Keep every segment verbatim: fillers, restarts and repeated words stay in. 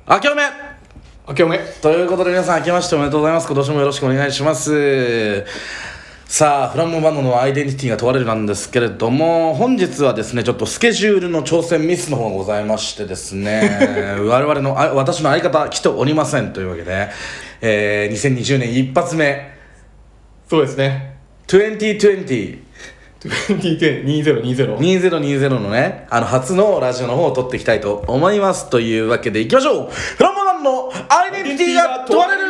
明けおめ明けおめということで皆さん明けましておめでとうございます。今年もよろしくお願いします。さあフランモンバンドのアイデンティティが問われるなんですけれども、本日はですねちょっとスケジュールの調整ミスの方がございましてですね我々のあ私の相方来ておりませんというわけで、えー、にせんにじゅうねん一発目そうですねにせんにじゅうにせんにじゅうにせんにじゅうのねあの初のラジオの方を撮っていきたいと思いますというわけでいきましょう。フランモンバンドのアイデンティティが問われる。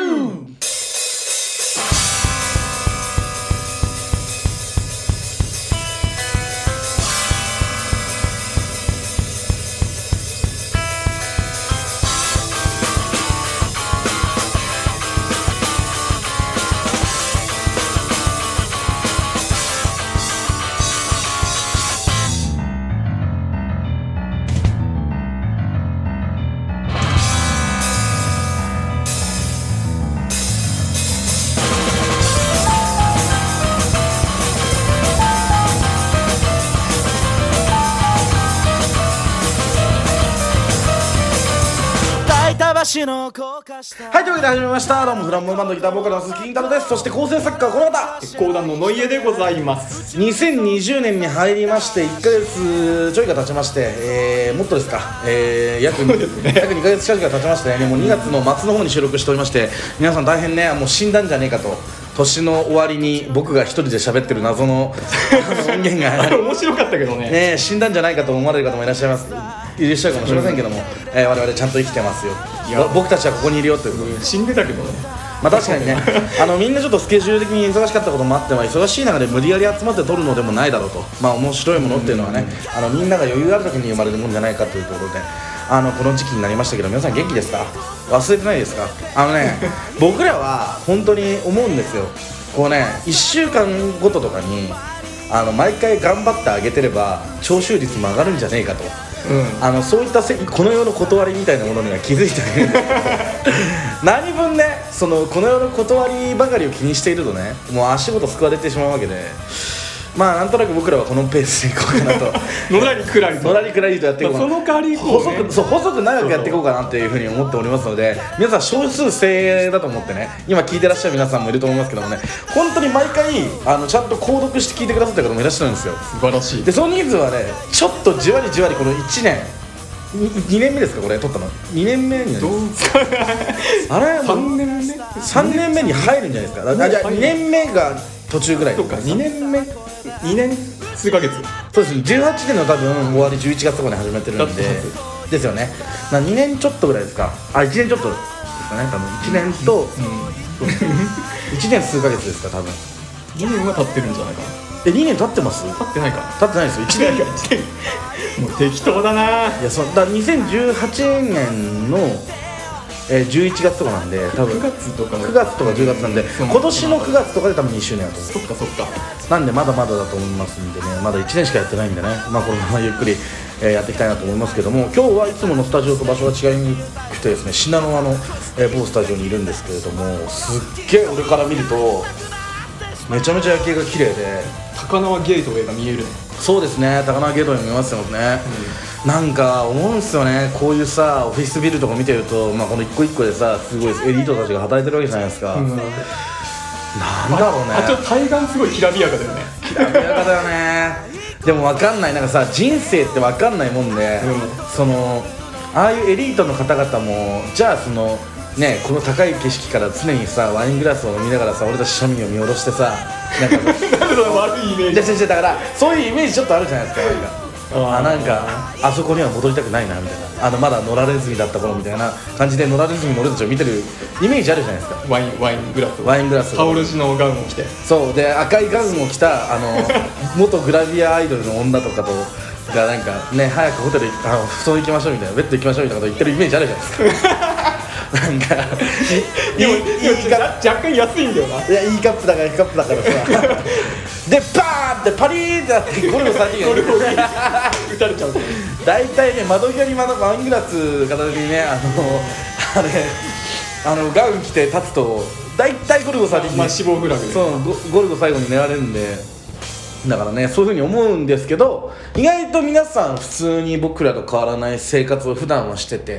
はい、というわけで始めました。どうもフランモンバンドギターボーカルの鈴木金太郎です。そして構成作家はこの方講談のノイエでございます。 にせんにじゅうねんに入りましていっかげつちょいが経ちまして、えー、もっとですか、えー、約, ね、約にかげつ近くが経ちましてね、もうにがつの末の方に収録しておりまして、皆さん大変ねもう死んだんじゃねえかと、年の終わりに僕が一人で喋ってる謎の音源があれ面白かったけどねね、死んだんじゃないかと思われる方もいらっしゃいますいらっしゃるかもしれませんけども、うんえー、我々ちゃんと生きてますよ。僕たちはここにいるよということで、 うん、死んでたけどね。 まあ確かにねあのみんなちょっとスケジュール的に忙しかったこともあって、忙しい中で無理やり集まって撮るのでもないだろうと、まあ面白いものっていうのはね、あのみんなが余裕ある時に生まれるもんじゃないかというところで、あのこの時期になりましたけど、皆さん元気ですか？忘れてないですか？あのね僕らは本当に思うんですよ。こうねいっしゅうかんごととかにあの毎回頑張ってあげてれば聴取率も上がるんじゃねえかと、うん、あのそういったせこの世の断りみたいなものには気づいてる何分ねそのこの世の断りばかりを気にしているとね、もう足元すくわれてしまうわけで、まあなんとなく僕らはこのペースでいこうかなとのらりくらりとのらりくらりとやっていこうかな、 その代わりこう、ね、 細くそう細く長くやっていこうかなっていうふうに思っておりますので、皆さん少数精鋭だと思ってね、今聞いてらっしゃる皆さんもいると思いますけどもね、本当に毎回あのちゃんと購読して聞いてくださってる方もいらっしゃるんですよ。 素晴らしい。 でその人数はねちょっとじわりじわりこのいちねん 2, にねんめですかこれ撮ったのにねんめになりますあれさんねんめさんねんめに入るんじゃないですか。あじゃあにねんめが途中ぐらい。 そうかにねんめにねん数ヶ月。 そうですね、じゅうはちねんの多分終わりじゅういちがつとかに始めてるんでですよね。なにねんちょっとぐらいですか。あいちねんちょっとですかね多分いちねんと、うん、いちねん数ヶ月ですか多分。 にねんは経ってるんじゃないかな。 えにねん経ってます？ 経ってないかな。 経ってないですよいちねんもう適当だな。 いやそうだにせんじゅうはちねんのえー、じゅういちがつとかなんで多分くがつとかくがつとかじゅうがつなんで、今年のくがつとかで多分にしゅうねんだと思う。 そっかそっか。 なんでまだまだだと思いますんでね、まだいちねんしかやってないんでね、まあこのままゆっくり、えー、やっていきたいなと思いますけども、今日はいつものスタジオと場所が違いにくてですね、信濃の、えー、某スタジオにいるんですけれども、すっげえ俺から見るとめちゃめちゃ夜景が綺麗で、 高輪ゲートウェイが見えるね。 そうですね、高輪ゲートウェイ見ますよね、うん、なんか思うんですよね、こういうさオフィスビルとか見てると、まあ、この一個一個でさすごいエリートたちが働いてるわけじゃないですか、うん、なんだろうね、 あと対岸すごいきらびやかだよね。 きらびやかだよねでも分かんない、なんかさ人生って分かんないもんで、うん、そのああいうエリートの方々もじゃあそのね、この高い景色から常にさワイングラスを飲みながらさ俺たち庶民を見下ろしてさなんかなんでその悪いイメージだからそういうイメージちょっとあるじゃないですか。なんかあなんかあそこには戻りたくないなみたいな、あのまだ野良ネズミだった頃みたいな感じで野良ネズミの俺たちを見てるイメージあるじゃないですか。 ワインワイングラスワイングラスタオル地のガウンを着て、 そうで赤いガウンを着たあの元グラビアアイドルの女とかとがなんかね早くホテルあの布団行きましょうみたいな、ベッド行きましょうみたいなこと言ってるイメージあるじゃないですかなんかでも若干安いんだよな。 いや E カップだから F カップだからさでバーンってパリーンってなってゴルゴさんにんが撃たれちゃう。 大体ね窓際にワイングラス片手にねあのあれあのガウン着て立つと大体ゴルゴさんにん、 まあ、死亡フラグでそうゴルゴ最後に狙われるんで、だからねそういう風に思うんですけど、意外と皆さん普通に僕らと変わらない生活を普段はしてて、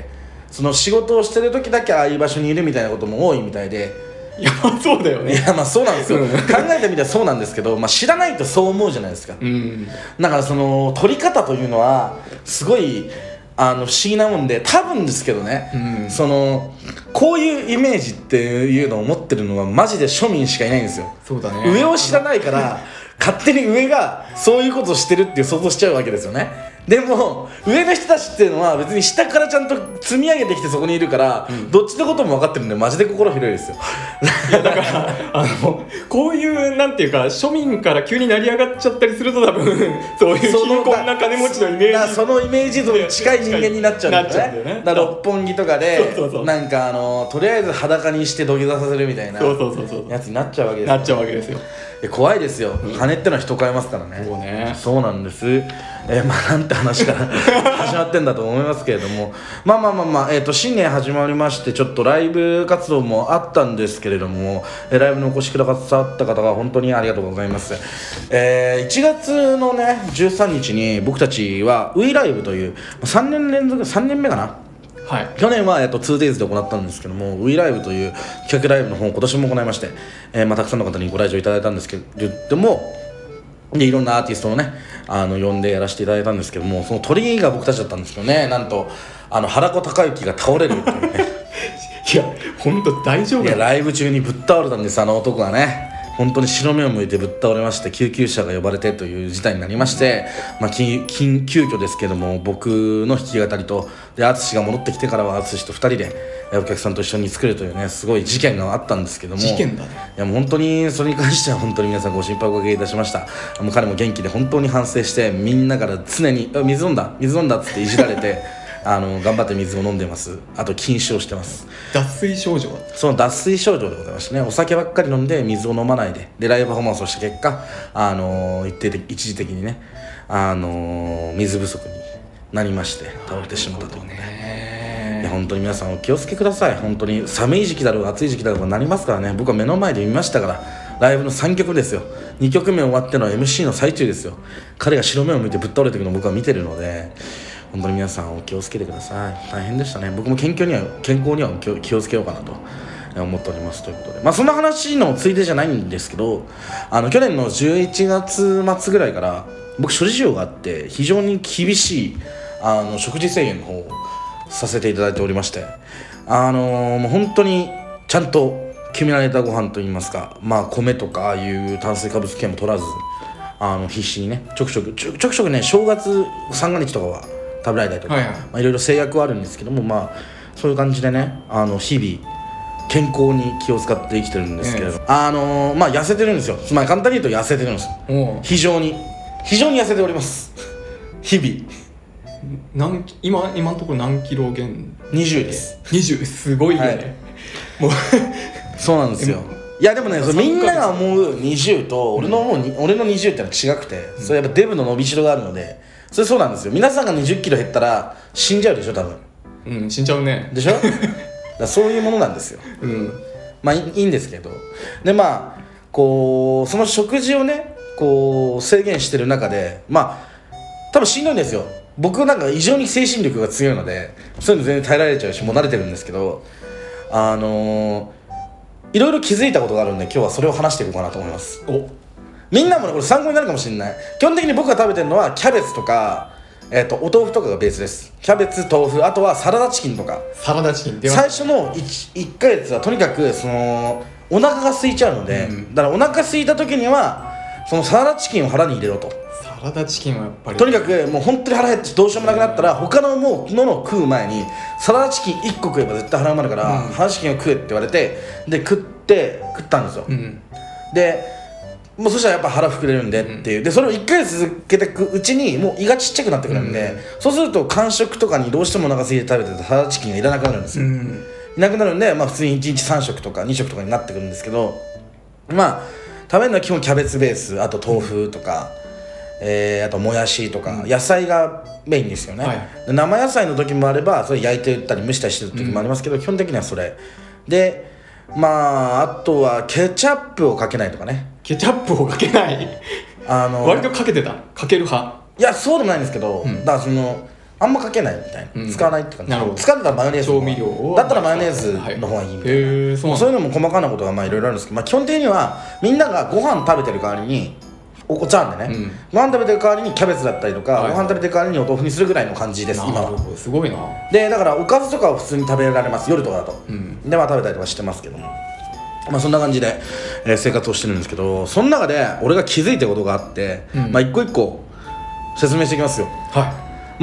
その仕事をしてる時だけああいう場所にいるみたいなことも多いみたいで、 いやまあそうだよね。 いやまあそうなんですよ、 うん、 考えてみたらそうなんですけど、まあ、知らないとそう思うじゃないですか、 うん、 だからその撮り方というのはすごいあの不思議なもんで、多分ですけどね、うん、そのこういうイメージっていうのを持ってるのはマジで庶民しかいないんですよ。 そうだね、 上を知らないから勝手に上がそういうことをしてるっていう想像しちゃうわけですよね。でも上の人たちっていうのは別に下からちゃんと積み上げてきてそこにいるから、うん、どっちのことも分かってるんでマジで心広いですよ。 いやだからあのこういうなんていうか庶民から急に成り上がっちゃったりすると多分そういう貧困な金持ちのイメージ、 そのイメージ像に近い人間になっちゃうんだよね。 なっちゃうんだよね。 だから六本木とかでそうそうそう、 なんかあのとりあえず裸にして土下座させるみたいなそうそうそうそうやつになっちゃうわけですよ。 なっちゃうわけですよ。 怖いですよ、 うん、 金ってのは人を変えますからね。 そうね、 そうなんです。えー、まあなんて話から始まってんだと思いますけれども、まあまあまあまあ、えーと新年始まりましてちょっとライブ活動もあったんですけれども、えー、ライブにお越しくださった方が本当にありがとうございます。えー、いちがつのねじゅうさんにちに僕たちはウイライブというさんねん連続さんねんめかな、はい、去年は、えっと、ツーデイズで行ったんですけども、ウイライブという企画ライブの方を今年も行いまして、えーまあ、たくさんの方にご来場いただいたんですけれども、でいろんなアーティストをねあの呼んでやらせていただいたんですけども、その鳥が僕たちだったんですけどね、なんとあの原子孝之が倒れるっていうねいや本当大丈夫？ いやライブ中にぶっ倒れたんです、あの男がね。本当に白目を向いてぶっ倒れまして、救急車が呼ばれてという事態になりまして、まあ、急遽ですけども僕の弾き語りとで淳が戻ってきてからは淳とふたりでお客さんと一緒に作るというねすごい事件があったんですけども、 事件だね。 いやもう本当にそれに関しては本当に皆さんご心配おかけいたしました。もう彼も元気で本当に反省して、みんなから常に水飲んだ水飲んだっつっていじられてあの頑張って水を飲んでます。あと禁酒をしてます。 脱水症状？ その脱水症状でございましてね、お酒ばっかり飲んで水を飲まないででライブパフォーマンスをした結果、あのー、一定的一時的にね、あのー、水不足になりまして倒れてしまったというね。いや本当に皆さんお気をつけください。本当に寒い時期だろうが暑い時期だろうがなりますからね。僕は目の前で見ましたから、ライブのさんきょくですよ。にきょくめ終わっての エムシー の最中ですよ。彼が白目を向いてぶっ倒れていくのを僕は見てるので、本当に皆さんお気をつけてください。大変でしたね。僕も健康には健康には気をつけようかなと思っておりますということで、まあそんな話のついでじゃないんですけど、あの去年のじゅういちがつまつぐらいから僕諸事情があって非常に厳しいあの食事制限の方をさせていただいておりまして、あのー、もう本当にちゃんと決められたご飯といいますか、まあ米とかああいう炭水化物系も取らず、あの必死にねちょくちょくちょくちょくね正月三が日とかは食べられたりとか、はいはい、まあ、いろいろ制約はあるんですけども、まあそういう感じでね、あの日々健康に気を使って生きてるんですけれど、ええ、あのー、まあ痩せてるんですよ。つまり簡単に言うと痩せてるんですよ。非常に非常に痩せております日々。 何今今のところ何キロ減？ にじゅうです。 にじゅうすごいよね、はい、もうそうなんですよ。いやでもね、それみんなが思うにじゅうと俺の思うに、うん、俺のにじゅうってのは違くて、それやっぱデブの伸びしろがあるので、それそうなんですよ。皆さんがにじゅっキロ減ったら死んじゃうでしょ多分。 うん、死んじゃうね。 でしょだそういうものなんですよ、うん、まあいいんですけど、でまあこうその食事をねこう制限してる中で、まあ多分しんどいんですよ。僕なんか異常に精神力が強いのでそういうの全然耐えられちゃうし、もう慣れてるんですけど、あのー、いろいろ気づいたことがあるんで今日はそれを話していこうかなと思います。おみんなもねこれ参考になるかもしれない。基本的に僕が食べてるのはキャベツとか、えー、とお豆腐とかがベースです。キャベツ、豆腐、あとはサラダチキンとか。 サラダチキンって最初の 1, 1ヶ月はとにかくそのお腹が空いちゃうので、うん、だからお腹空いた時にはそのサラダチキンを腹に入れろと。 サラダチキンはやっぱりとにかくもう本当に腹減ってどうしようもなくなったら他のものを食う前にサラダチキンいっこ食えば絶対腹埋まるから、うん、サラダチキンを食えって言われて、で食って食ったんですよ、うん、でもうそしたらやっぱ腹膨れるんでっていう、うん、でそれをいっかげつ続けていくうちにもう胃がちっちゃくなってくるんで、うん、そうすると間食とかにどうしてもお腹空いて食べてたサラダチキンがいらなくなるんですよ、うん、いなくなるんで、まあ、普通にいちにちさん食とかに食とかになってくるんですけど、まあ食べるのは基本キャベツベース、あと豆腐とか、えー、あともやしとか、うん、野菜がメインですよね、はい、で生野菜の時もあればそれ焼いて売ったり蒸したりしてる時もありますけど、うん、基本的にはそれで、まああとはケチャップをかけないとかね。 ケチャップをかけないあの割とかけてたかける派。 いやそうでもないんですけど、うん、だからそのあんまかけないみたいな、うん、使わないって感じ。 なるほど。 使ってたらマヨネーズ調味料をだったらマヨネーズの方がいいみたいな、はい、そう, そういうのも細かなことがまあいろいろあるんですけど、まあ、基本的にはみんながご飯食べてる代わりにおお茶碗でね、うん、ご飯食べてる代わりにキャベツだったりとか、はい、ご飯食べてる代わりにお豆腐にするぐらいの感じです。今はすごいな。 でだからおかずとかは普通に食べられます、夜とかだと、うん、でまあ食べたりとかしてますけども、まあそんな感じで、えー、生活をしてるんですけど、その中で俺が気づいたことがあって、うん、まあ一個一個説明していきますよ。 はい。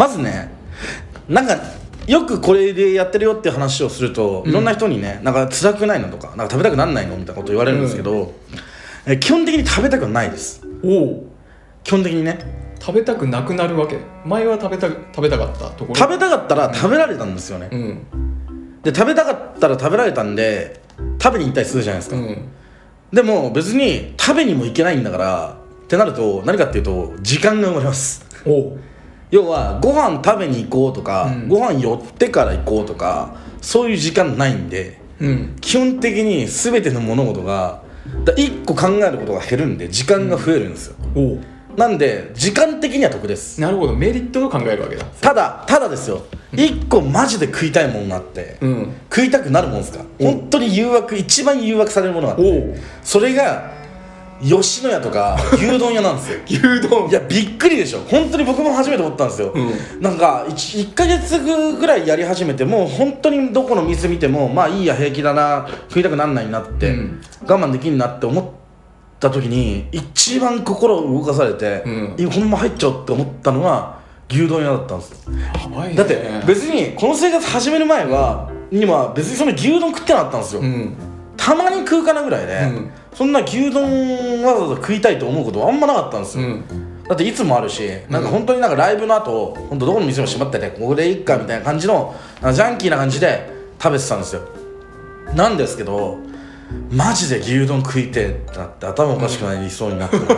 まずね、なんかよくこれでやってるよっていう話をすると、うん、いろんな人にね、なんか辛くないのとか、なんか食べたくなんないのみたいなこと言われるんですけど、うん、えー、基本的に食べたくないです。 おお。 基本的にね、 食べたくなくなるわけ。前は食べた食べたかったところ。 食べたかったら食べられたんですよね、うん、で食べたかったら食べられたんで食べに行ったりするじゃないですか、うん、でも別に食べにも行けないんだからってなると何かっていうと時間が生まれます。 お要はご飯食べに行こうとか、うん、ご飯寄ってから行こうとかそういう時間ないんで、うん、基本的に全ての物事がだいっこ考えることが減るんで時間が増えるんですよ、うん、おなんで時間的には得です。 なるほど、メリットを考えるわけだ。 ただただですよ、いっこマジで食いたいものがあって、うん、食いたくなるもんですか、本当に誘惑、一番誘惑されるものがあって、それが吉野家とか牛丼屋なんですよ。 牛丼、 いやびっくりでしょ、本当に僕も初めて思ったんですよ、うん、なんか 1, いっかげつぐらいやり始めてもう本当にどこの店見てもまあいいや平気だな、食いたくなんないなって、うん、我慢できんなって思った時に一番心を動かされて、うん、このまま入っちゃおうって思ったのが牛丼屋だったんですよ。 やばいね。 だって別にこの生活始める前はには別にその牛丼食ってなかったんですよ、うん、たまに食うかなぐらいで、うん、そんな牛丼わざわざ食いたいと思うことはあんまなかったんですよ、うん、だっていつもあるし、なんか本当になんかライブの後本当どこの店も閉まっててここでいっかみたいな感じのジャンキーな感じで食べてたんですよ。なんですけどマジで牛丼食いてってなって頭おかしくなりそうになって、うん、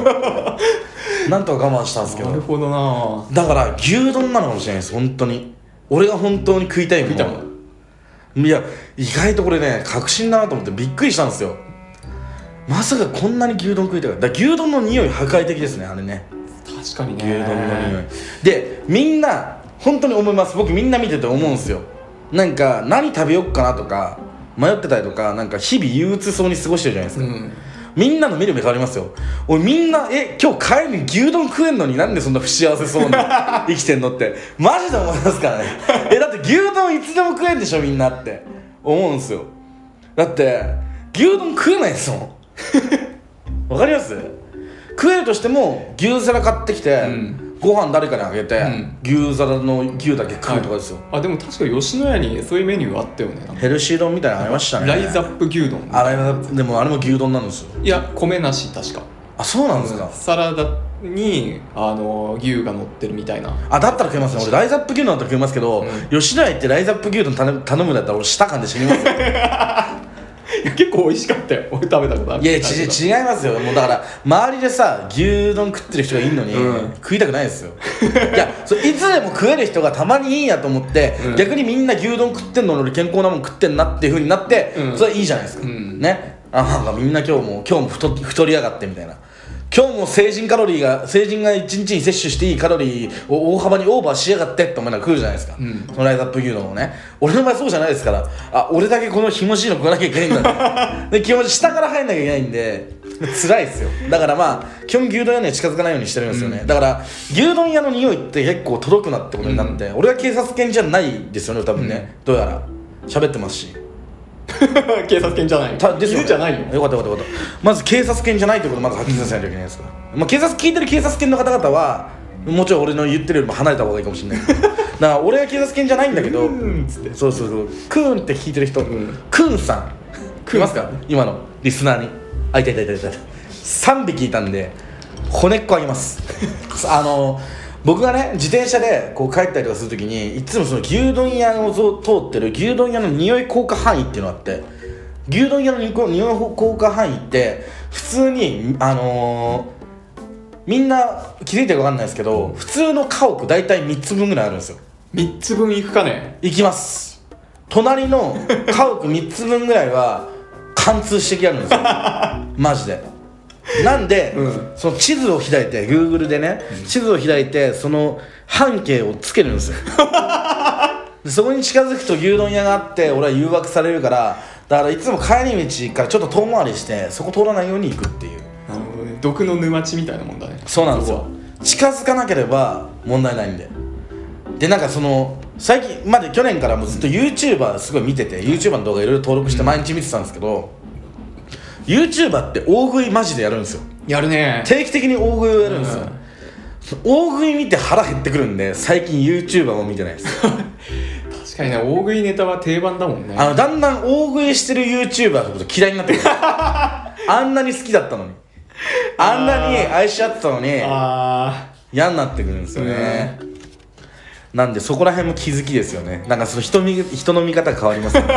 なんとか我慢したんですけど。 なるほどな。 だから牛丼なのかもしれないです。本当に俺が本当に食いたいもの、いや意外とこれね確信だなと思ってびっくりしたんですよ。まさかこんなに牛丼食いたいか。だから牛丼の匂い破壊的ですね、あれね。 確かにね、 牛丼の匂いでみんな本当に思います。僕みんな見てて思うんですよ。なんか何食べよっかなとか迷ってたりとか、なんか日々憂鬱そうに過ごしてるじゃないですか、うん、みんなの見る目変わりますよ。俺みんなえ今日帰りに牛丼食えんのになんでそんな不幸せそうに生きてんのってマジで思いますからね。えだって牛丼いつでも食えんでしょみんなって思うんですよ。だって牛丼食えないですもん。わかります？食えるとしても牛皿買ってきて、うん、ご飯誰かにあげて、うん、牛皿の牛だけ食うとかですよ、はい、 あでも確か吉野家にそういうメニューあったよね。 ヘルシー丼みたいなのありましたね。 ライザップ牛丼。 あれでもあれも牛丼なんですよ。 いや米なし確か。 あそうなんですか、 うん、サラダにあの牛が乗ってるみたいな。 あだったら食いますね。俺ライザップ牛丼だったら食いますけど、うん、吉野家行ってライザップ牛丼頼む頼むんだったら俺舌噛んで死にますよ。 結構美味しかったよ、俺食べたことある。 いや違いますよ。もうだから周りでさ牛丼食ってる人がいるのに、うん、食いたくないですよ。いやそれいつでも食える人がたまにいいやと思って、うん、逆にみんな牛丼食ってんのに俺健康なもん食ってんなっていう風になって、うん、それはいいじゃないですか、うん、ね。あなんかみんな今日も今日も 太, 太りやがってみたいな。今日も成人カロリーが成人がいちにちに摂取していいカロリーを大幅にオーバーしやがってって思いながら食うじゃないですか、うん、そのライザップ牛丼をね。俺の場合そうじゃないですから、あ俺だけこのひもしいの食わなきゃいけないんだで気持ち下から入んなきゃいけないんで辛いですよ。だからまあ基本牛丼屋には近づかないようにしてるんですよね、うん、だから牛丼屋の匂いって結構届くなってことになって、うん、俺は警察犬じゃないですよね多分ね、うん、どうやら喋ってますし警察犬じゃないたですよ、ね、 じゃないよ。 よかったよかったよかった。まず警察犬じゃないってことをまずはっきりさせないといけないですから、まあ、警察聞いてる警察犬の方々はもちろん俺の言ってるよりも離れた方がいいかもしれないだから俺は警察犬じゃないんだけどうんつってそうそうそうクーンって聞いてる人、うん、クーンさんいますか今のリスナーに。あいたいたいたいたさんびきいたんで骨っこあげますあの僕がね自転車でこう帰ったりとかするときにいつもその牛丼屋を通ってる牛丼屋の匂い効果範囲っていうのがあって、牛丼屋の匂い効果範囲って普通にあのー、みんな気づいてるか分かんないですけど普通の家屋大体みっつぶんぐらいあるんですよ。 みっつぶんいくかね。 いきます。隣の家屋みっつぶんぐらいは貫通してきあるんですよマジで。 なんで、 うん、 その地図を開いて Google でね、うん、地図を開いてその半径をつけるんですよでそこに近づくと牛丼屋があって俺は誘惑されるから、だからいつも帰り道からちょっと遠回りしてそこ通らないように行くっていう。 なるほどね、毒の沼地みたいなもんだね。 そうなんですよ、近づかなければ問題ないんで。でなんかその最近まで去年からもずっと YouTuber すごい見てて、 YouTuber の動画いろいろ登録して毎日見てたんですけど、うん、YouTuber って大食いマジでやるんですよ。 やるね、 定期的に大食いをやるんですよ、うん、大食い見て腹減ってくるんで最近 YouTuber も見てないです確かにね、大食いネタは定番だもんね。 あのだんだん大食いしてる YouTuber のこと嫌いになってくるあんなに好きだったのに、あんなに愛し合ってたのに嫌になってくるんですよね、うん、なんでそこら辺も気づきですよね。なんかその 人, 人の見方が変わりますよ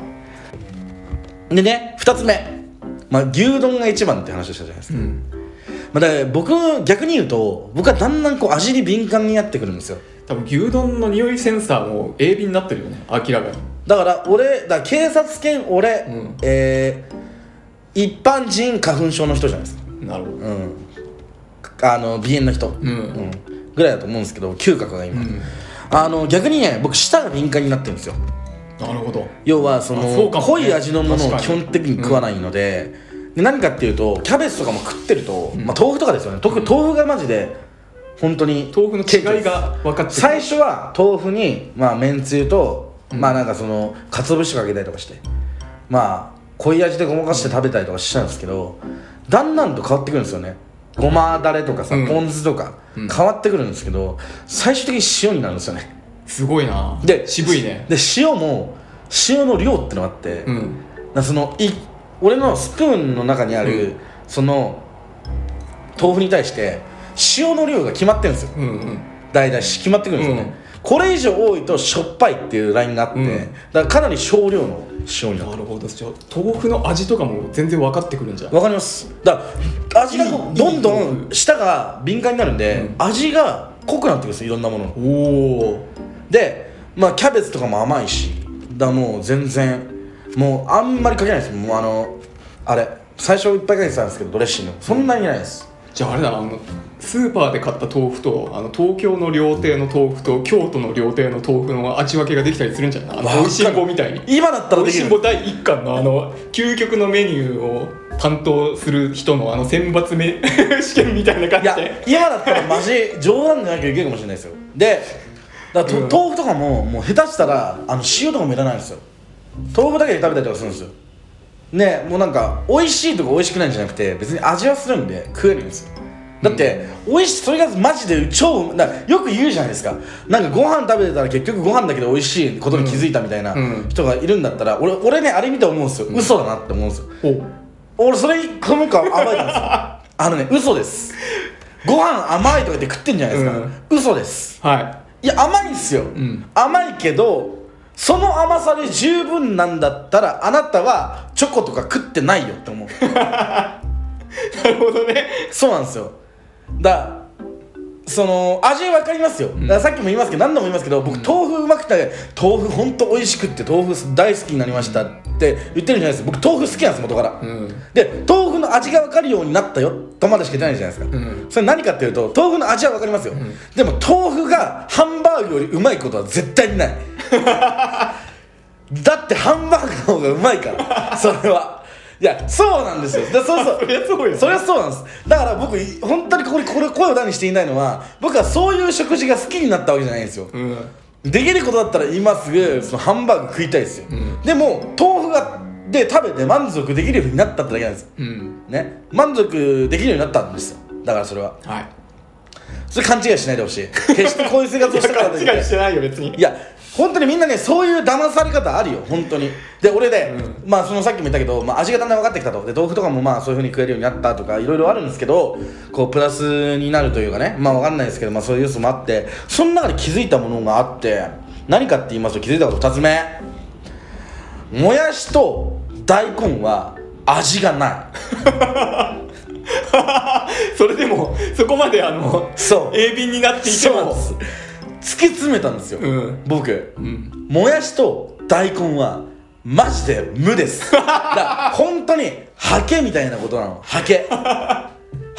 でね、ふたつめ、まあ、牛丼が一番って話をしたじゃないですか、うんまあ、だから僕逆に言うと僕はだんだんこう味に敏感になってくるんですよ。 多分牛丼の匂いセンサーも鋭敏になってるよね、明らかに。 だから俺だから警察犬俺、うんえー、一般人花粉症の人じゃないですか。 なるほど、 うん、あの鼻炎の人、うんうん、ぐらいだと思うんですけど、嗅覚が今、うん、あの逆にね僕舌が敏感になってるんですよ。 なるほど。 要はそのそうかも、ね、 濃い味のものを基本的に食わないので、うん、で何かっていうとキャベツとかも食ってると、うんまあ、豆腐とかですよね。特に豆腐がマジで本当に豆腐の違いが分かってる。 最初は豆腐に、まあ、めんつゆと、うん、まあなんかその鰹節かけたりとかしてまあ濃い味でごまかして食べたりとかしちゃうんですけど、だんだんと変わってくるんですよね。ごまだれとかさ、うん、ポン酢とか変わってくるんですけど、最終的に塩になるんですよね。 すごいな。 で渋いね。 で塩も塩の量ってのがあって、うん、なそのい俺のスプーンの中にある、うん、その豆腐に対して塩の量が決まってるんですよ、うんうん、だいたい決まってくるんですよね、うん、これ以上多いとしょっぱいっていうラインがあって、うん、だからかなり少量の塩になってる。なるほど。じゃあ豆腐の味とかも全然分かってくるんじゃん。 分かります。だから味がどんどん舌が敏感になるんで、うん、味が濃くなってくるんですよ、いろんなもの。おで、まあキャベツとかも甘いし、だからもう全然もうあんまりかけないです。もうあのあれ最初いっぱいかけてたんですけどドレッシングそんなにないです、 うん、じゃああれだ、あのスーパーで買った豆腐とあの東京の料亭の豆腐と京都の料亭の豆腐の味分けができたりするんじゃない？あの美味しんぼみたいに。 今だったらできる。 美味しんぼだいいっかんのあの究極のメニューを担当する人のあの選抜め試験みたいな感じで。 いや今だったらマジ冗談じゃなきゃいけるかもしれないですよ。でだから、うん、豆腐とかももう下手したらあの塩とかもいらないんですよ。豆腐だけで食べたりとかするんですよね。もうなんか美味しいとか美味しくないんじゃなくて別に味はするんで食えるんですよ。だって美味しい、それがマジで超だよく言うじゃないですか。なんかご飯食べてたら結局ご飯だけで美味しいことに気づいたみたいな人がいるんだったら、うん、俺, 俺ねあれ見て思うんですよ、うん、嘘だなって思うんですよ、うん、俺それこの子は甘いたんですよあのね嘘です。ご飯甘いとか言って食ってんじゃないですか、うん、嘘です。はいいや甘いんですよ、うん、甘いけどその甘さで十分なんだったらあなたはチョコとか食ってないよって思うなるほどね。 そうなんですよ。だその味分かりますよ。だからさっきも言いますけど何度も言いますけど僕、うん、豆腐うまくて豆腐ほんと美味しくって豆腐大好きになりましたって言ってるじゃないですか。僕豆腐好きなんです元から、うん、で豆腐の味が分かるようになったよとまでしか言ってないじゃないですか、うん、それ何かっていうと豆腐の味は分かりますよ、うん、でも豆腐がハンバーグよりうまいことは絶対にないだってハンバーグの方がうまいからそれはいやそうなんですよ。でそうそうそりゃそうよ、ね、 そりゃそうなんです。だから僕本当にこれこれ声を大にしていないのは僕はそういう食事が好きになったわけじゃないんですよ、うん、できることだったら今すぐそのハンバーグ食いたいですよ、うん、でも豆腐がで食べて満足できるようになったってだけなんですよ、うんね、満足できるようになったんですよ。だからそれは、はい、それ勘違いしないでほしい。決してこういう生活をしたからといって勘違いしてないよ別に。 いや本当にみんなねそういう騙され方あるよ本当に。で俺で、うん、まあそのさっきも言ったけど、まあ、味がだんだん分かってきたと。で豆腐とかもまあそういう風に食えるようになったとかいろいろあるんですけどこうプラスになるというかねまあ分かんないですけど、まあ、そういう要素もあってその中で気づいたものがあって何かって言いますと気づいたことふたつめ、もやしと大根は味がないそれでもそこまであのそう鋭敏になっていても突き詰めたんですよ、うん、僕、うん、もやしと大根はマジで無ですだから本当にハケみたいなことなの。ハケ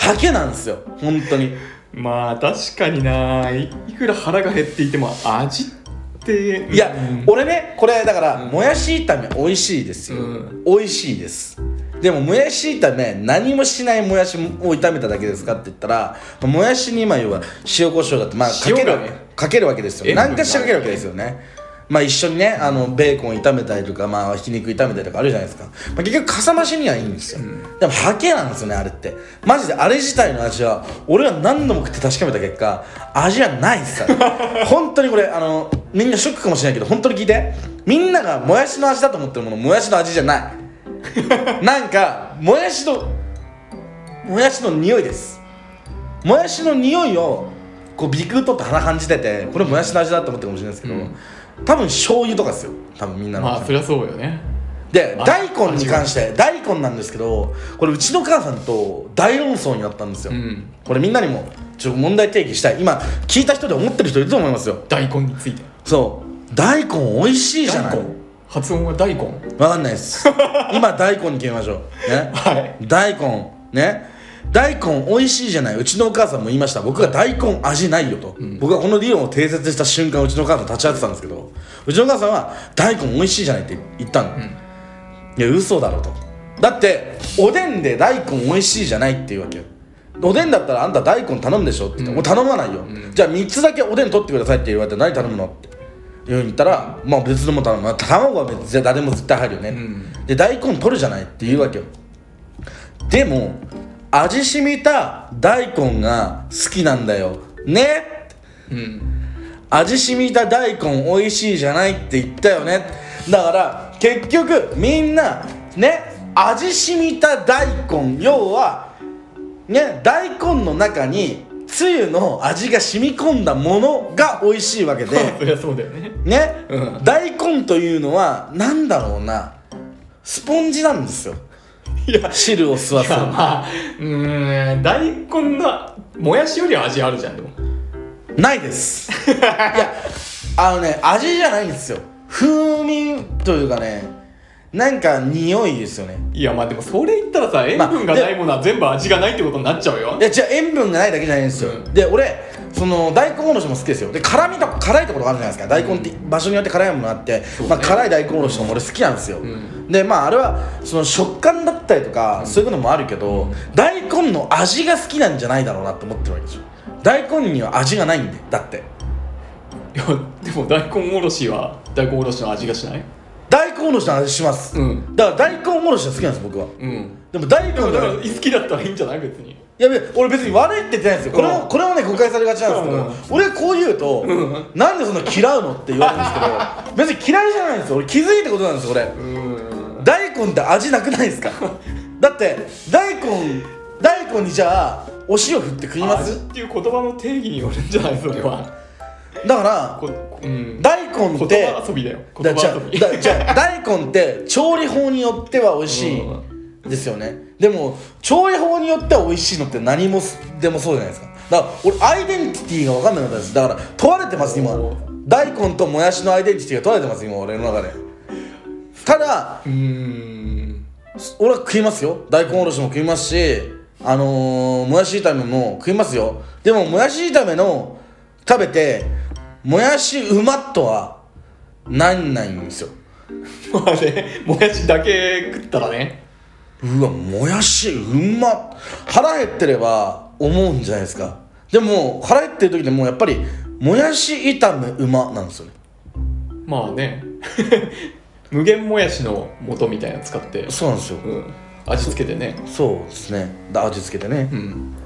ハケなんですよ本当に。 まあ確かにないいくら腹が減っていても味っていや、 うん、 俺ねこれだから、 うん、 もやし炒め美味しいですよ、うん、美味しいです。でももやし炒め何もしないもやしを炒めただけですかって言ったら、もやしに今要は塩コショウだってまあかける、ね、かけるわけですよ。何かしらかけるわけですよね。まあ一緒にねあのベーコン炒めたりとか、まあ、ひき肉炒めたりとかあるじゃないですか、まあ、結局かさ増しにはいいんですよ、うん、でもハケなんですよねあれって。マジであれ自体の味は俺は何度も食って確かめた結果味はないっすから本当にこれあのみんなショックかもしれないけど本当に聞いて、みんながもやしの味だと思ってるものもやしの味じゃないなんかもやしのもやしの匂いです。もやしの匂いをこうビクッとって鼻感じててこれもやしの味だと思ってるかもしれないですけど、うん、多分醤油とかですよ多分みんなの。 まあそりゃそうよね。 で大根に関して大根なんですけど、これうちの母さんと大論争になったんですよ、うん、これみんなにもちょっと問題提起したい。今聞いた人で思ってる人いると思いますよ。 大根について。そう大根美味しいじゃない。 発音は大根分かんないです今大根に決めましょうね、はい、大根ね大根美味しいじゃない。うちのお母さんも言いました。僕が大根味ないよと、うん、僕がこの理論を定説した瞬間うちのお母さん立ち会ってたんですけど、うちのお母さんは大根美味しいじゃないって言ったの、うん、いや嘘だろと。だっておでんで大根美味しいじゃないっていうわけよ。おでんだったらあんた大根頼むでしょって言って、うん、もう頼まないよ、うん、じゃあみっつだけおでん取ってくださいって言われて何頼むのっていうふうに言ったら、まあ別のも頼む、まあ、卵は別に誰も絶対入るよね、うん、で大根取るじゃないって言うわけよ。でも味しみた大根が好きなんだよね、うん、味しみた大根美味しいじゃないって言ったよね。だから結局みんなね味しみた大根要はね大根の中につゆの味が染み込んだものが美味しいわけでそりゃそうだよね。 ね、うん、大根というのはなんだろうなスポンジなんですよ。いや汁を吸わせる。 まあうーん大根のもやしよりは味あるじゃん。でもないですいやあのね味じゃないんですよ。風味というかねなんか匂いですよね。 いやまあでもそれ言ったらさ塩分がないものは全部味がないってことになっちゃうよ。 いやじゃあ塩分がないだけじゃないんですよ、うん、で俺その大根おろしも好きですよ。で辛みとか辛いところがあるじゃないですか。大根って場所によって辛いものがあって、うんまあ、辛い大根おろしも俺好きなんですよ、うん、でまああれはその食感だったりとか、うん、そういうこともあるけど、うん、大根の味が好きなんじゃないだろうなって思ってるわけですよ。大根には味がないんで。だっていやでも大根おろしは大根おろしの味がしない。 大根おろしの味します、うん、だから大根おろしは好きなんです僕は、うん、でも大根だから好きだったらいいんじゃない別に。いや俺別に悪いって言ってないんですよ。これも、これもね誤解されがちなんですけど、うん、俺がこう言うと、うん、なんでそんな嫌うのって言われるんですけど別に嫌いじゃないんですよ。俺気づいたことなんですよ。俺、うん、大根って味なくないですかだって大根大根にじゃあお塩振って食います？ 味っていう言葉の定義によるんじゃないそれは。 だから、うん、大根って言葉遊びだよ。言葉遊びだじゃあ大根って調理法によっては美味しいですよね、うん、でも調理法によっては美味しいのって何もでもそうじゃないですか。だから俺アイデンティティが分かんなかったです。だから問われてます今。大根ともやしのアイデンティティが問われてます今俺の中で。ただうーん俺は食いますよ。大根おろしも食いますしあのー、もやし炒めも食いますよ。でももやし炒めの食べてもやしうまっとはなんないんですよまあねもやしだけ食ったらねうわもやしうまっ腹減ってれば思うんじゃないですか。でも腹減ってる時でもやっぱりもやし炒めうまなんですよね。 まあね無限もやしの素みたいなの使ってそうなんですよ、 うん、味付けてね。 そうですねだ味付けてね、うん、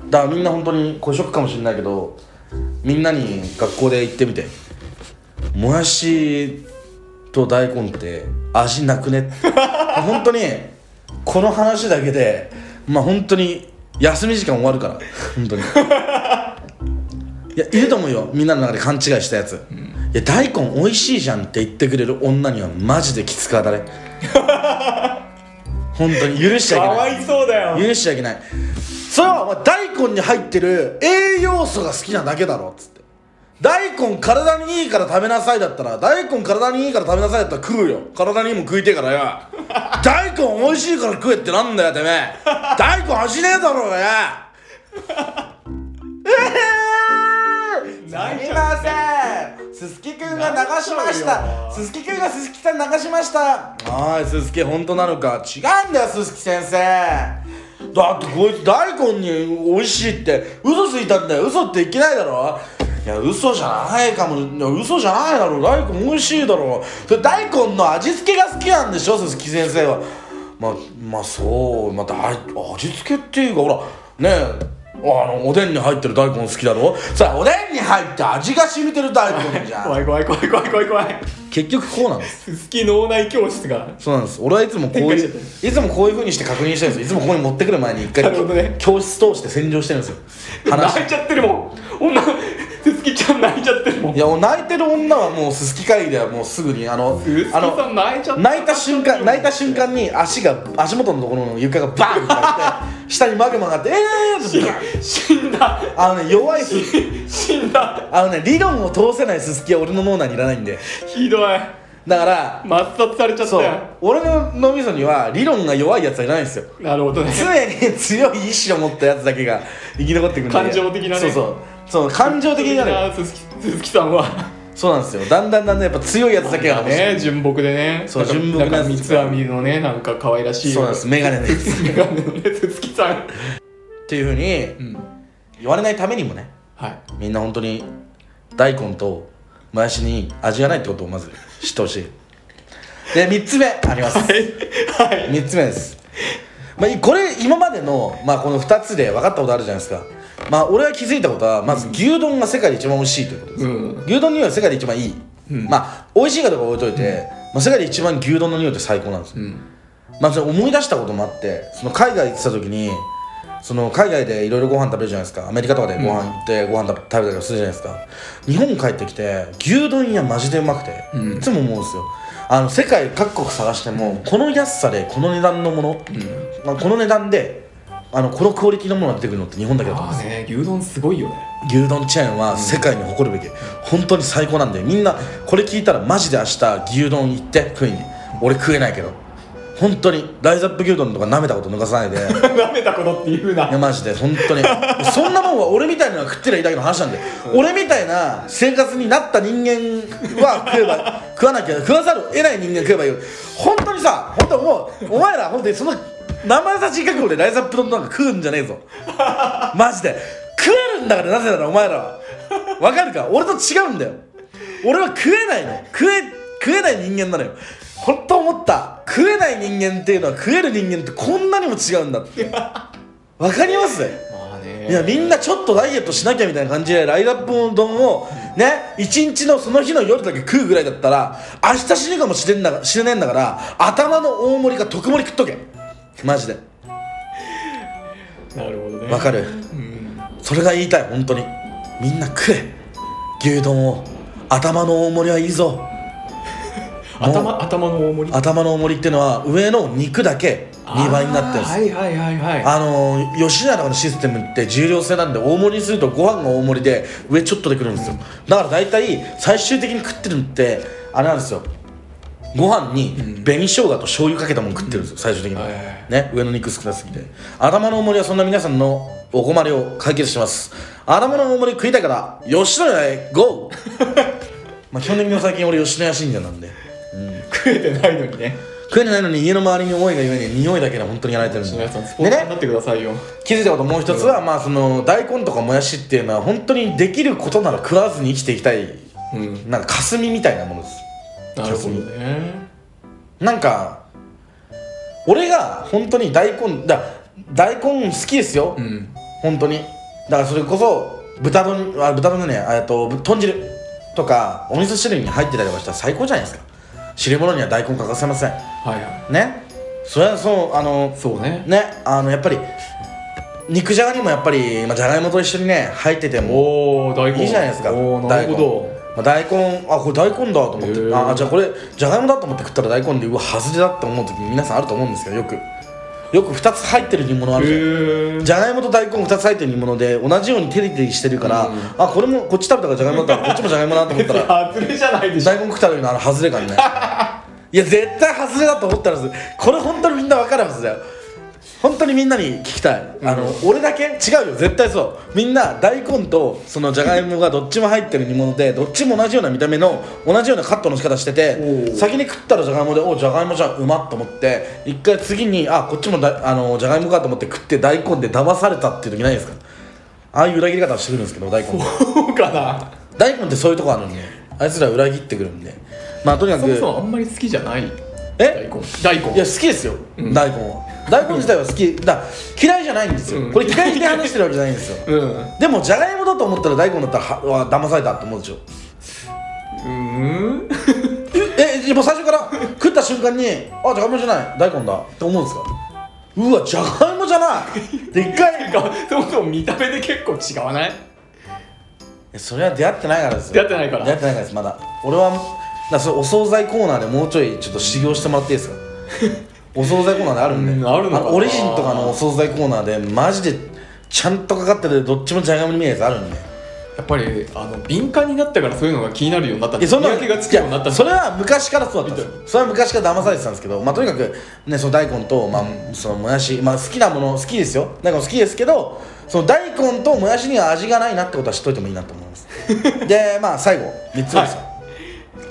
だからみんな本当にこれショックかもしれないけどみんなに学校で行ってみてもやしと大根って味なくねって本当にこの話だけでまあ本当に休み時間終わるから本当にいやいると思うよみんなの中で勘違いしたやつ、うん、いや大根美味しいじゃんって言ってくれる女にはマジできつく当たれ本当に許しちゃいけない。 かわいそうだよ。 許しちゃいけない。それはお前大根に入ってる栄養素が好きなだけだろっつって。大根体にいいから食べなさいだったら大根体にいいから食べなさいだったら食うよ。体にも食いてえからよ大根美味しいから食えってなんだよてめえ大根味ねえだろうがよすみません、すすきくんが流しました。すすきくんがすすきさん流しました。おいすすき、本当なのか。違うんだよすすき先生。だってこいつ大根に美味しいって嘘ついたんだよ。嘘っていけないだろ。いや嘘じゃないかも。嘘じゃないだろ。大根美味しいだろ。それ大根の味付けが好きなんでしょ、すすき先生は。まあまあそう、また味付けっていうか、ほらねえ、あのおでんに入ってる大根好きだろ。さあおでんに入って味が染みてる大根じゃん。 怖い怖い怖い怖い怖い怖い。 結局こうなんです。 すすき脳内教室が。 そうなんです。俺はいつもこういういつもこういう風にして確認してるんですよ。いつもここに持ってくる前に一回、ね、教室通して洗浄してるんですよ。 泣いちゃってるもん女。すすきちゃん泣いちゃってるもん。 いやもう泣いてる女はもうすすき会議ではもうすぐにあのあの泣いちゃった泣いた瞬間泣いた瞬間に足が足元のところの床がバーンってって下にマグマがあってえーって死んだ。 あのね弱いす死んだ。 あのね理論を通せないすすきは俺の脳内にいらないんで。 ひどい。 だから抹殺されちゃったよ。 俺の脳みそには理論が弱いやつはいらないんですよ。 なるほどね。 常に強い意志を持ったやつだけが生き残ってくるんで。 感情的なね。 そうそうそう感情的になる。 すすきさんはそうなんですよ。だんだんだんだんやっぱ強いやつだけが欲しい。 ね、純朴でね。 そう純朴な三つ編みのね、なんか可愛らしい。 そうなんです。メガネのやつ。 メガネのね、すすきさんっていう風に言われないためにもね、 はい、 みんな本当に大根ともやしに味がないってことをまず知ってほしい。でみっつめあります。はい、はい、みっつめです。まあこれ今までのまあこのふたつで分かったことあるじゃないですか。まあ俺が気づいたことはまず牛丼が世界で一番美味しいということです。うん、牛丼の匂いは世界で一番いい。うん、まあ美味しいかどうか置いといて、うん、まあ世界で一番牛丼の匂いって最高なんですよ。うん、まあそれ思い出したこともあって、その海外行ってた時に。その海外でいろいろご飯食べるじゃないですか。アメリカとかでご飯行ってご飯食べたりとかするじゃないですか。日本帰ってきて牛丼屋マジでうまくて、うん、いつも思うんですよ。あの世界各国探してもこの安さでこの値段のもの、うんまあ、この値段であのこのクオリティのものが出てくるのって日本だけだと思うんですよ。 あーね、牛丼すごいよね。 牛丼チェーンは世界に誇るべき、うん、本当に最高なんで、みんなこれ聞いたらマジで明日牛丼行って食いに。俺食えないけど本当にライズアップ牛丼とか舐めたこと抜かさないで。 舐めたことって言うな。 いやマジで本当にそんなもんは俺みたいなのが食ってりゃいいだけの話なんで、うん、俺みたいな生活になった人間は食えば食わなきゃ食わざるを得ない人間食えばいいよ。本当にさ、本当もうお前ら本当にその生優しい覚悟でライズアップ丼なんか食うんじゃねえぞマジで食えるんだから。なぜならお前らはわかるか。俺と違うんだよ。俺は食えないの。食え食えない人間なのよ。本当思った。食えない人間っていうのは食える人間ってこんなにも違うんだってわかります？まあね、いやみんなちょっとダイエットしなきゃみたいな感じでライズアップの丼をね一日のその日の夜だけ食うぐらいだったら明日死ぬかもしれんだ死ねねえんだから、頭の大盛りか特盛り食っとけマジで。 なるほどね。 わかる、うん、それが言いたい。本当にみんな食え牛丼を。頭の大盛りはいいぞ。 頭, 頭の大盛り頭の大盛りっていうのは上の肉だけにばいになってるんです。 はいはいはいはい。 あの吉野家とかのシステムって重量制なんで大盛りにするとご飯が大盛りで上ちょっとでくるんですよ、うん、だから大体最終的に食ってるのってあれなんですよ。ご飯に紅生姜と醤油かけたもの食ってるんですよ最終的に、うん、ね、上の肉少なすぎて。頭の大盛りはそんな皆さんのお困りを解決します。頭の大盛り食いたいから吉野家へ ゴー まあ基本的に最近俺吉野家信者なんで、 うん、食えてないのにね。 食えてないのに家の周りに多いがゆえに匂いだけで本当にやられてるんで。 吉野家さんスポンサーになってくださいよ。 気づいたこともう一つは、まあその大根とかもやしっていうのは本当にできることなら食わずに生きていきたい、うん、なんか霞みたいなものです。 なるほどね。 なんか俺が本当に大根だ大根好きですよ、うん、本当に。だからそれこそ豚丼あ豚丼ねえっと豚汁とかお味噌汁に入ってたりとかしたら最高じゃないですか。汁物には大根欠かせません。はいはい。ね。それはそうあのそうね。 ねあのやっぱり肉じゃがにもやっぱりまあじゃがいもと一緒にね入っててもいいじゃないですか。 おーなるほど。 まあ、大根あこれ大根だと思って、あじゃあこれじゃがいもだと思って食ったら大根でうわ外れだって思う時皆さんあると思うんですけど、よくよくふたつ入ってる煮物あるじゃん。じゃがいもと大根ふたつ入ってる煮物で同じようにテリテリしてるから、うん、あこれもこっち食べたからじゃがいもだったらこっちもじゃがいもだと思ったら外れじゃないでしょ。 大根食った時のあの外れ感ねいや絶対外れだと思ったらこれ本当にみんな分かるはずだよ。 本当にみんなに聞きたい、あの、うん、俺だけ違うよ、絶対そう。みんな大根とそのじゃがいもがどっちも入ってる煮物でどっちも同じような見た目の同じようなカットの仕方してて、先に食ったらじゃがいもでおじゃがいもじゃんうまっと思って一回次にあこっちもだあのじゃがいもかと思って食って大根で騙されたっていう時ないですか？ああいう裏切り方をしてくるんですけど大根そうかな。 大根ってそういうとこあるんであいつら裏切ってくるんで、まあとにかくそもそもあんまり好きじゃない。 え大根大根いや好きですよ、うん、大根は大根自体は好きだ嫌いじゃないんですよ、うん、これ嫌いで話してるわけじゃないんですよ、うん、でもじゃがいもだと思ったら大根だったらは騙されたって思うでしょ。 うーんえもう最初から食った瞬間にあじゃがいもじゃない大根だって思うんですか？うわじゃがいもじゃないでっかいそもそも見た目で結構違わない？ それは出会ってないからですよ。 出会ってないから出会ってないからですまだ。俺はだそれお惣菜コーナーでもうちょいちょっと修行してもらっていいですか？お惣菜コーナーであるんで、 うん、あるのかな。 オリジンとかのお惣菜コーナーでマジでちゃんとかかっててどっちもじゃがいもに見えるやつあるんで、 やっぱりあの敏感になったからそういうのが気になるようになったんです。見分けがつくようになったんです。 それは昔からそうだったんですよ。それは昔から騙されてたんですけど、まあとにかくねその大根とまあそのもやしまあ好きなもの好きですよ。大根好きですけど、その大根ともやしには味がないなってことは知っといてもいいなと思います。でまあ最後みっつめですよ。はい、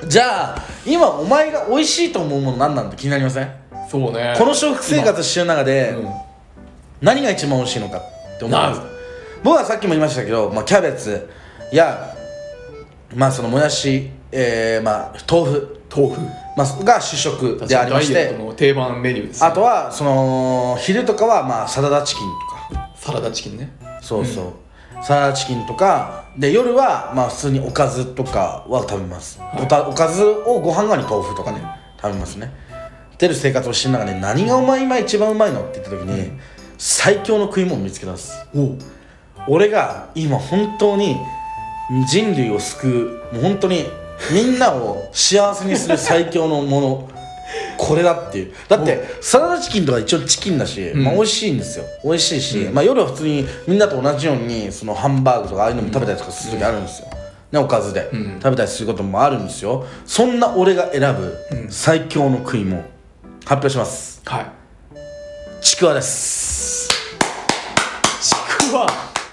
じゃあ今お前が美味しいと思うもの何なんて気になりません？ そうね。 この食生活してる中で、うん、何が一番美味しいのかって思うんです。僕はさっきも言いましたけど、まあ、キャベツやまあそのもやし、えー、まあ豆腐豆腐、 まあ、が主食でありまして、 ダイエットの定番メニューです、ね、 あとはその昼とかはまあサラダチキンとかサラダチキンねそうそう、うん、サラダチキンとかで夜はまあ普通におかずとかは食べます、はい、お, たおかずをご飯側に豆腐とかね、うん、食べますね。出る生活をしてる中で何がお前今一番うまいのって言った時に、うん、最強の食い物を見つけたんです。お俺が今本当に人類を救うもう本当にみんなを幸せにする最強のものこれだっていう。だってサラダチキンとか一応チキンだし、うん、まあ美味しいんですよ。美味しいし、うん、まあ夜は普通にみんなと同じようにそのハンバーグとかああいうのも食べたりとかする時あるんですよ、ね、おかずで、うん、食べたりすることもあるんですよ。そんな俺が選ぶ最強の食い物発表します。 はい。 ちくわです。 ちくわ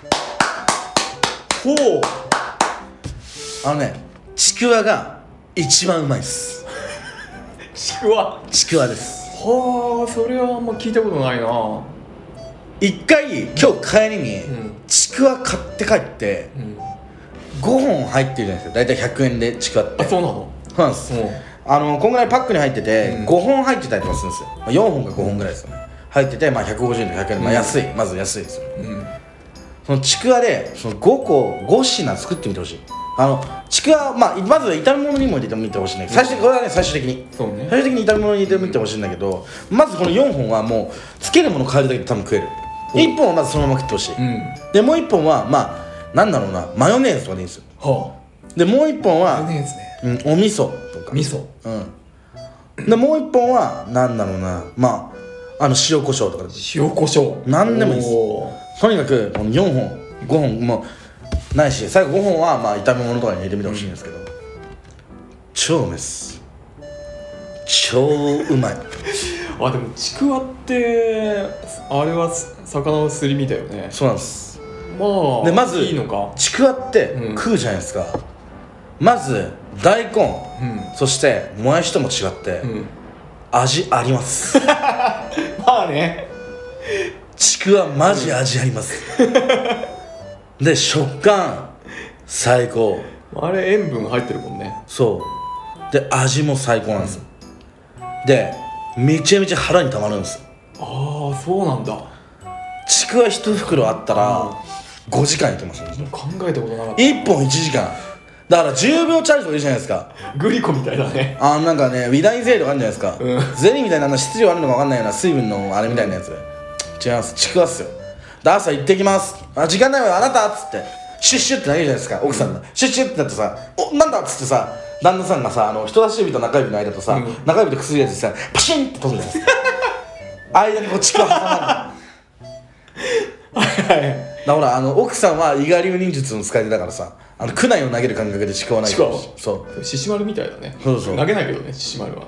ほうあのねちくわが一番うまいですちくわちくわです。 はあそれはあんま聞いたことないな。 一回今日帰りにちくわ買って帰って、うん、ごほん入ってるじゃないですか。だいたいひゃくえんでちくわって。 あそうなの？ そうなんです、うん、あのこんぐらいパックに入ってて、うん、ごほん入ってたりとかするんですよ、まあ、よんほんかごほんぐらいですよね。入ってて、まあ、ひゃくごじゅうえんとひゃくえんで、まあ、安い、うん、まず安いですよ、うん、そのちくわでそのごこご品作ってみてほしい。あのちくわ、まあ、まず炒め物にも入れてみてほしいんだけど、最初これはね最終的にそう、ね、 最終的に炒め物に入れてみてほしいんだけど、まずこのよんほんはもうつけるもの変えるだけで多分食える。いっぽんはまずそのまま食ってほしい、うん、でもういっぽんはまあなんだろうなマヨネーズとかでいいんですよ、はあ、でもういっぽんはマヨネーズね、 うん、お味噌とか味噌、 うん、でもういっぽんはなんだろうなまああの塩コショウとか塩コショウなんでもいいです。とにかくこのよんほんごほんもないし最後ごほんはまあ炒め物とかに入れてみてほしいんですけど、うん、超うまいです。超うまいあでもちくわってあれは魚のすり身だよね。 そうなんです。 まあでまずいいのかちくわって食うじゃないですか、うん、まず大根、うん、そしてもやしとも違って、うん、味ありますまあねちくわマジ味あります、うん、で食感最高。 あれ塩分入ってるもんね。 そうで味も最高なんです、うん、でめちゃめちゃ腹にたまるんです。 ああそうなんだ。 ちくわ一袋あったらごじかんいけます、ね、 考えたことなかった。 いっぽんいちじかんだからじゅうびょうチャージとかいいじゃないですか。 グリコみたいだね。 あなんかねウィダインゼリーとかあるじゃないですか、うん、ゼリーみたいな質量あるのか分かんないような水分のあれみたいなやつ、うん、違います。ちくわっすよ。で朝行ってきますあ時間ないわよあなたっつってシュッシュって投げるじゃないですか奥さんが、うん、シュッシュってなってさおなんだっつってさ旦那さんがさあの人差し指と中指の間とさ、うん、中指と薬指でさパシンって飛ぶじゃないですか間にこうちくわ挟まるはいはいだからあの奥さんは伊賀流忍術の使い手だからさあの苦難を投げる感覚でちくわないから。 そう獅子丸みたいだね。 そうそう投げないけどね獅子丸は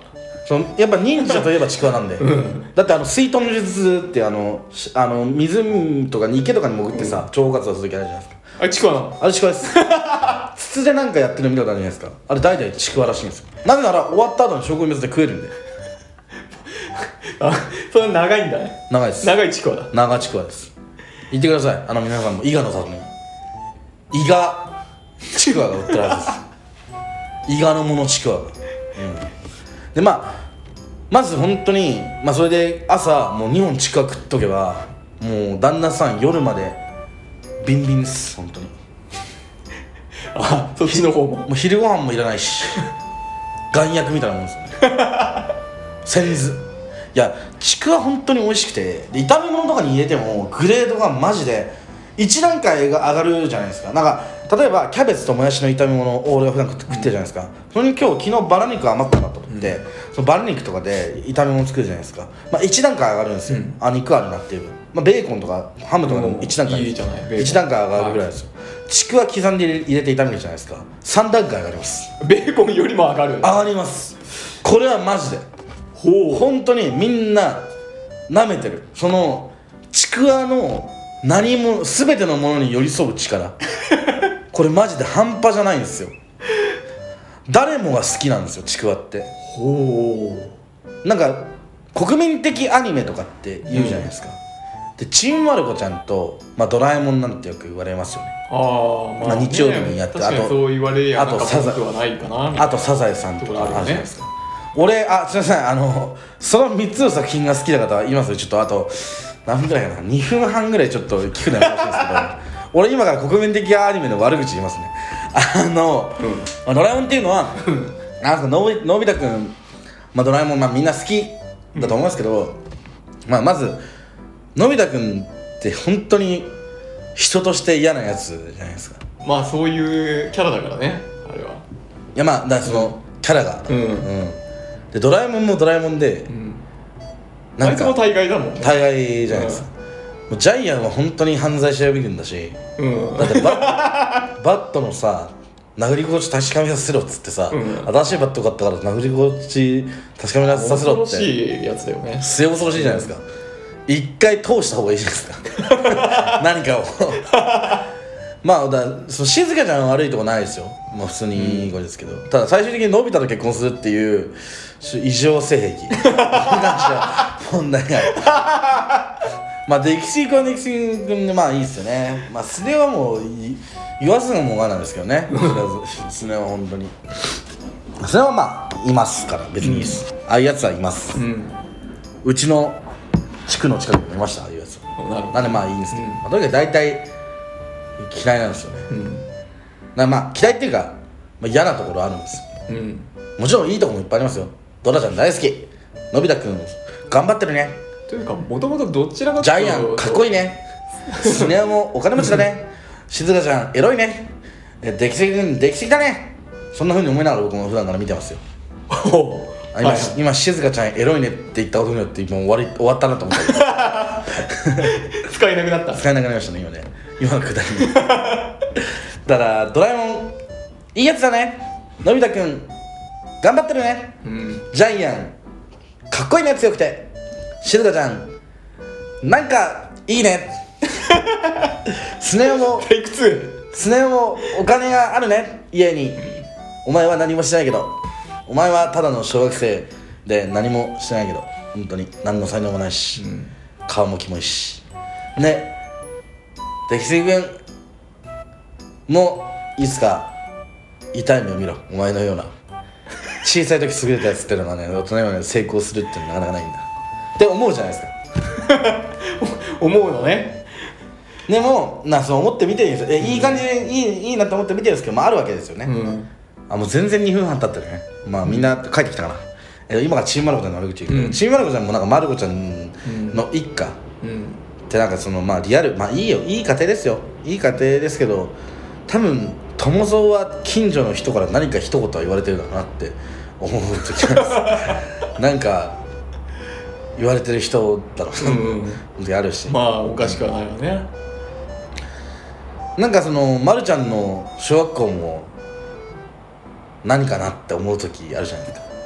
そのやっぱ忍者といえばちくわなんで、うん、だってあの水遁の術ってあのあの湖とかに池とかに潜ってさ、うん、超活動する時あるじゃないですか。 あれちくわなの？ あれちくわです筒でなんかやってるの見たことあるじゃないですか。あれ代々ちくわらしいんですよ。なぜなら終わった後に食後水で食えるんであ、それは長いんだね。 長いです。 長いちくわだ。 長ちくわです。言ってください、あの皆さんも伊賀の里に伊賀ちくわが売ってるはずです伊賀のものちくわが、うん、でまあまず本当にまあそれで朝もうにほんちくわ食っとけばもう旦那さん夜までビンビンです本当にあ、そっちの方ももう昼ご飯もいらないし眼薬みたいなもんですよねせんずいやちくわ本当に美味しくてで炒め物とかに入れてもグレードがマジでいち段階が上がるじゃないですか。なんか例えばキャベツともやしの炒め物を俺が普段食ってるじゃないですか、うん、それに今日昨日バラ肉余ったなと思って、うん、そのバラ肉とかで炒め物作るじゃないですか、まあ、いち段階上がるんですよ、うん、あ肉あるなっていう、まあ、ベーコンとかハムとかでもいち段階いいじゃないいち段階上がるぐらいですよ、はい、ちくわ刻んで入れて炒めるじゃないですかさん段階上がります。 ベーコンよりも上がる？ 上がります。これはマジでほう本当にみんな舐めてる。そのちくわの何も全てのものに寄り添う力これマジで半端じゃないんですよ。誰もが好きなんですよちくわって。 ほうなんか国民的アニメとかって言うじゃないですか、うん、でちんまる子ちゃんと、まあ、ドラえもんなんてよく言われますよね。 あ、まあ、 まあ日曜日にやって、 ね、あとそう言われやあとサザエあとサザエさんとかあるじゃないですか。俺あすみませんあのそのみっつの作品が好きな方はいますよ。ちょっとあと何分ぐらいかなにふんはんぐらいちょっと聞くのやめてほしいんですけど俺今から国民的アニメの悪口言いますね。あの、うん、ドラえもんっていうのはなんかのびのび太くん、まあ、ドラえもん、まあ、みんな好きだと思いますけど、うんまあ、まずのび太くんって本当に人として嫌なやつじゃないですか。 まあそういうキャラだからねあれは。いやまあだからその、うん、キャラが、うんうん、でドラえもんもドラえもんで、うん、 なんかあいつも大概だもんね。 大概じゃないですか、うん、もうジャイアンは本当に犯罪者予備軍だし、うん、だってババットのさ殴り心地確かめさせろっつってさ、うん、新しいバット買ったから殴り心地確かめさせろって恐ろしいやつだよね。 末恐ろしいじゃないですか、うん、一回通した方がいいじゃないですか何かをまあだその静香ちゃんは悪いとこないですよ、まあ、普通にいい子ですけど、うん、ただ最終的にのび太と結婚するっていう異常性癖問題があるまあデキシー君はデキシー君でまあいいっすよね。まあスネはもう言わずがもがなんですけどねスネは本当にスネはまあいますから別にいいです、うん、ああいうやつはいます、うん、うちの地区の近くにいましたああいうやつは。なんでまあいいんですけど、うんまあ、とにかく大体嫌いなんですよね、うん、なまあ嫌いっていうか、まあ、嫌なところあるんですよ、うん、もちろんいいところもいっぱいありますよ。ドラちゃん大好き、のび太くん頑張ってるねというかもともとどちらかジャイアンかっこいいねスネ夫もお金持ちだね静香ちゃんエロいねできすぎできすぎだね。そんな風に思いながら僕も普段から見てますよ今、はい、今静香ちゃんエロいねって言ったことによって今終わり終わったなと思って使えなくなった使えなくなりましたね今ね今のくだりだからドラえもんいいやつだね、のび太くん頑張ってるね、うん、ジャイアンかっこいいね強くて、静香ちゃんなんかいいねスネ夫もテイクツースネ夫もお金があるね家に、お前は何もしてないけど、お前はただの小学生で何もしてないけど本当に何の才能もないし、うん、顔もキモいしね。でキスイ君もいつか痛い目を見ろ。お前のような小さい時優れたやつってのがね大人にはね成功するってのはなかなかないんだって思うじゃないですか思うのね。 でもなそう思って見てるんですよ。えいい感じでいい、いいなと思って見てるんですけど、まあ、あるわけですよね、うん、あもう全然にふんはん経ってるね。まあみんな帰ってきたかな、え今からチームマルコちゃんの悪口言うけど、うん、チームマルコちゃんもなんかマルコちゃんの一家、うん、ってなんかそのまあリアルまあいいよいい家庭ですよいい家庭ですけど、多分友蔵は近所の人から何か一言は言われてるのかなって思う時なんですなんか言われてる人だろうな、うんうん、あるしまあおかしくはないわね。 なんかそのまるちゃんの小学校も何かなって思う時あるじゃないですか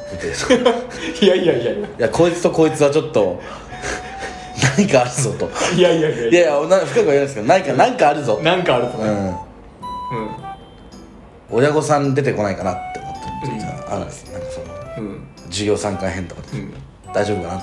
見ていやいやいやいやいやこいつとこいつはちょっと何かあるぞといやいやいやいやいやな深くは言えないですけど何か何かあるぞなんかあるとねうん、うん、親御さん出てこないかなって思ってる時があるんですよ、なんかその、うん、授業参観編とかで、うん、大丈夫かな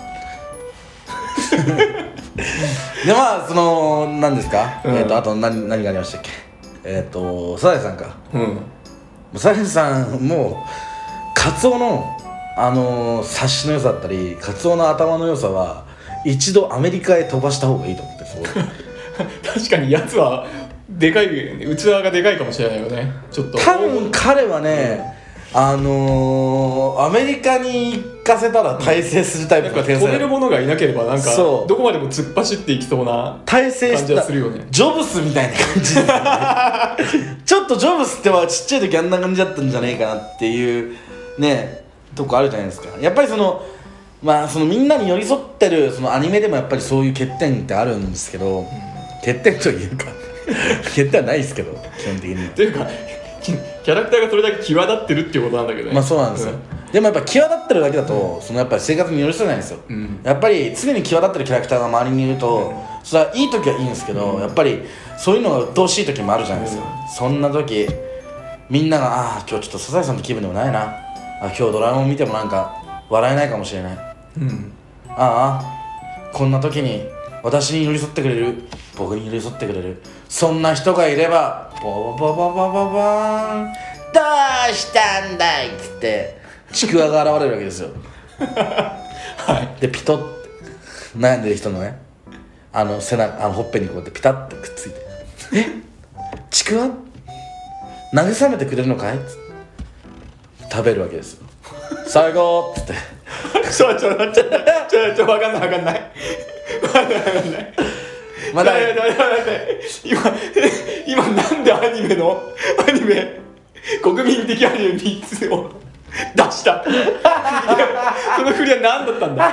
でまあその何ですか、うん、えーとあと何何がありましたっけえっ、ー、とサザエさんか、うん、サザエさんもカツオのあのー、察しの良さだったりカツオの頭の良さは一度アメリカへ飛ばした方がいいと思ってすごい確かにやつはでかい器がでかいかもしれないよねちょっと多分彼はね、うん、あのー、アメリカに行かせたら大成するタイプの天才、 止める者がいなければなんかどこまでも突っ走っていきそうな感じはするよね。 ジョブスみたいな感じですよねちょっとジョブスってはちっちゃい時あんな感じだったんじゃねえかなっていうねとこあるじゃないですか。やっぱりそのまあそのみんなに寄り添ってるそのアニメでもやっぱりそういう欠点ってあるんですけど、うん、欠点というか欠点はないですけど基本的にというかキャラクターがそれだけ際立ってるっていうことなんだけどね。 まあそうなんですよ、うん、でもやっぱ際立ってるだけだと、うん、そのやっぱり生活に寄り添えないんですよ、うん、やっぱり常に際立ってるキャラクターが周りにいると、うん、それはいい時はいいんですけど、うん、やっぱりそういうのが鬱陶しい時もあるじゃないですか、うん、そんな時みんながああ今日ちょっとサザエさんの気分でもないなあ今日ドラえもん見てもなんか笑えないかもしれない、うん、ああこんな時に私に寄り添ってくれる僕に寄り添ってくれるそんな人がいればボボボボボボーンどうしたんだいっつってちくわが現れるわけですよはいでピトッて悩んでる人のねあの背中あのほっぺにこうやってピタッとくっついてえちくわ慰めてくれるのかいっつって食べるわけですよ最高っつってちょちょちょちょちょちょ分かんない分かんない分かんない分かんないまだ今今なんでアニメのアニメ国民的アニメみっつを出したその振りは何だったんだ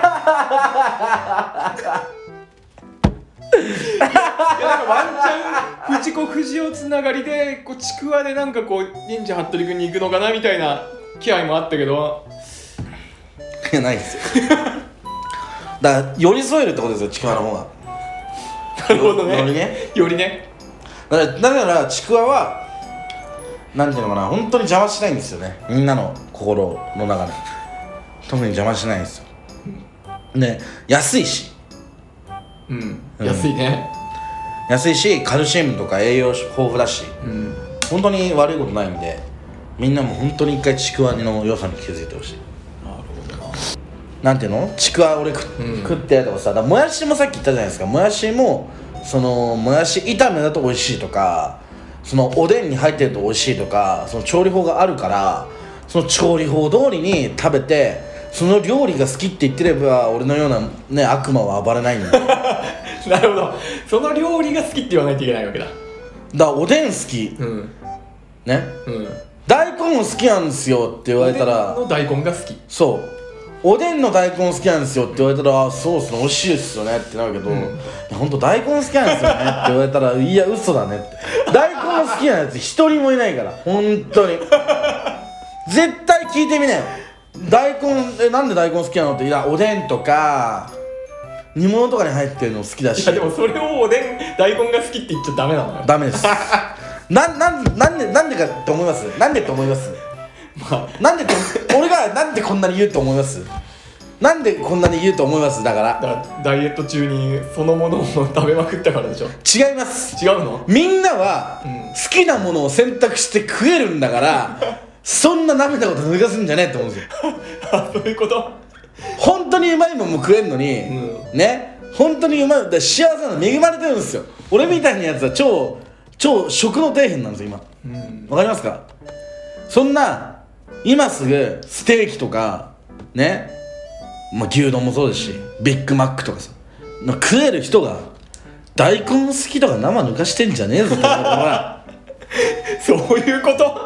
いやなんかワンチャン藤子不二雄つながりでこうちくわでなんかこう忍者ハットリくんに行くのかなみたいな気合もあったけどいやないですよだから寄り添えるってことですよちくわの方がなるほどねよりねよりねだからだからちくわはなんていうのかな本当に邪魔しないんですよねみんなの心の中で特に邪魔しないんですよで安いしうん、うん、安いね安いしカルシウムとか栄養豊富だし、うん、本当に悪いことないんでみんなも本当に一回ちくわの良さに気づいてほしい。 なるほどな。 なんていうのちくわ俺食、うん、食ってやるとかさだもやしもさっき言ったじゃないですかもやしもそのもやし炒めだと美味しいとかそのおでんに入ってると美味しいとかその調理法があるからその調理法通りに食べてその料理が好きって言ってれば俺のような、ね、悪魔は暴れないんだなるほどその料理が好きって言わないといけないわけだ。だからおでん好き、うん、ね、うん、大根好きなんですよって言われたらおでんの大根が好きそうおでんの大根好きなんですよって言われたらそうっすね美味しいですよねってなるけど、うん、いやほんと大根好きなんですよねって言われたらいや嘘だねって大根好きなやつ一人もいないから本当に絶対聞いてみなよ大根えなんで大根好きなのっていやおでんとか煮物とかに入ってるの好きだしいやでもそれをおでん大根が好きって言っちゃダメなのよダメですな, なんなんでなんでかって思いますなんでって思います、まあ、なんでって俺がなんでこんなに言うと思いますなんでこんなに言うと思いますだからだからダイエット中にそのものを食べまくったからでしょ。 違います違うのみんなは好きなものを選択して食えるんだからそんな舐めたこと抜かすんじゃねえって思うんですよあそういうこと本当にうまいもんも食えんのに、うん、ね本当にうまいだ幸せなの恵まれてるんですよ。俺みたいなやつは超超食の底辺なんですよ今、うん、わかりますか。そんな今すぐステーキとかね、まあ、牛丼もそうですしビッグマックとかさ食える人が大根好きとか生抜かしてんじゃねえぞって思うからそういうこと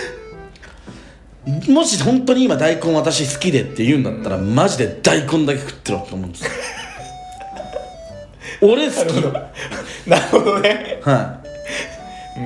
もし本当に今大根私好きでって言うんだったら、うん、マジで大根だけ食ってろって思うんですよ俺好きなるほどねはい、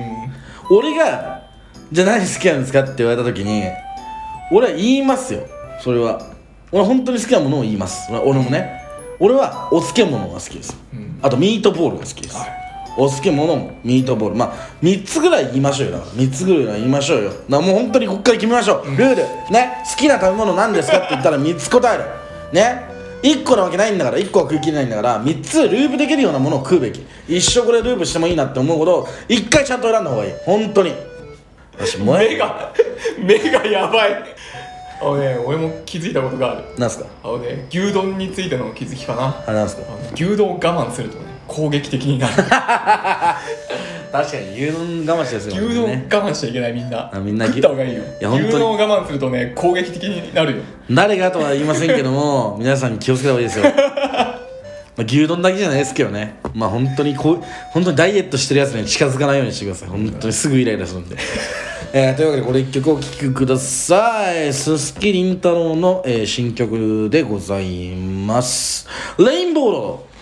うん、俺がじゃあ何好きなんですかって言われた時に俺は言いますよそれは俺は本当に好きなものを言います。俺もね、俺はお漬物が好きです、うん、あとミートボールが好きです、はい、お漬物もミートボール、まあみっつぐらい言いましょうよ。だからみっつぐらい言いましょうよ。だからもう本当にこっから決めましょう、うん、ルールね。好きな食べ物何ですかって言ったらみっつ答えるね。いっこなわけないんだから、いっこは食い切れないんだから、みっつループできるようなものを食うべき。一生これループしてもいいなって思うほどいっかいちゃんと選んだ方がいい。本当に私も目が目がやばい。あのね、俺も気づいたことがある。 なんすか？ あのね、牛丼についての気づきかな。 あ、なんすか？ 牛丼を我慢するとね、攻撃的になる。 確かに牛丼我慢してるんですよね。 牛丼我慢しちゃいけない、みんんな。 みんな食った方がいいよ。 いや本当に牛丼を我慢するとね、攻撃的になるよ。 誰がとは言いませんけども皆さん気をつけた方がいいですよ。まあ、牛丼だけじゃないですけどね。まあ本当にこう本当にダイエットしてるやつに近づかないようにしてください。本当にすぐイライラするんで。えー、というわけでこれいっきょくお聴きください。すすきりんたろうの、えー、新曲でございます。レインボーロード。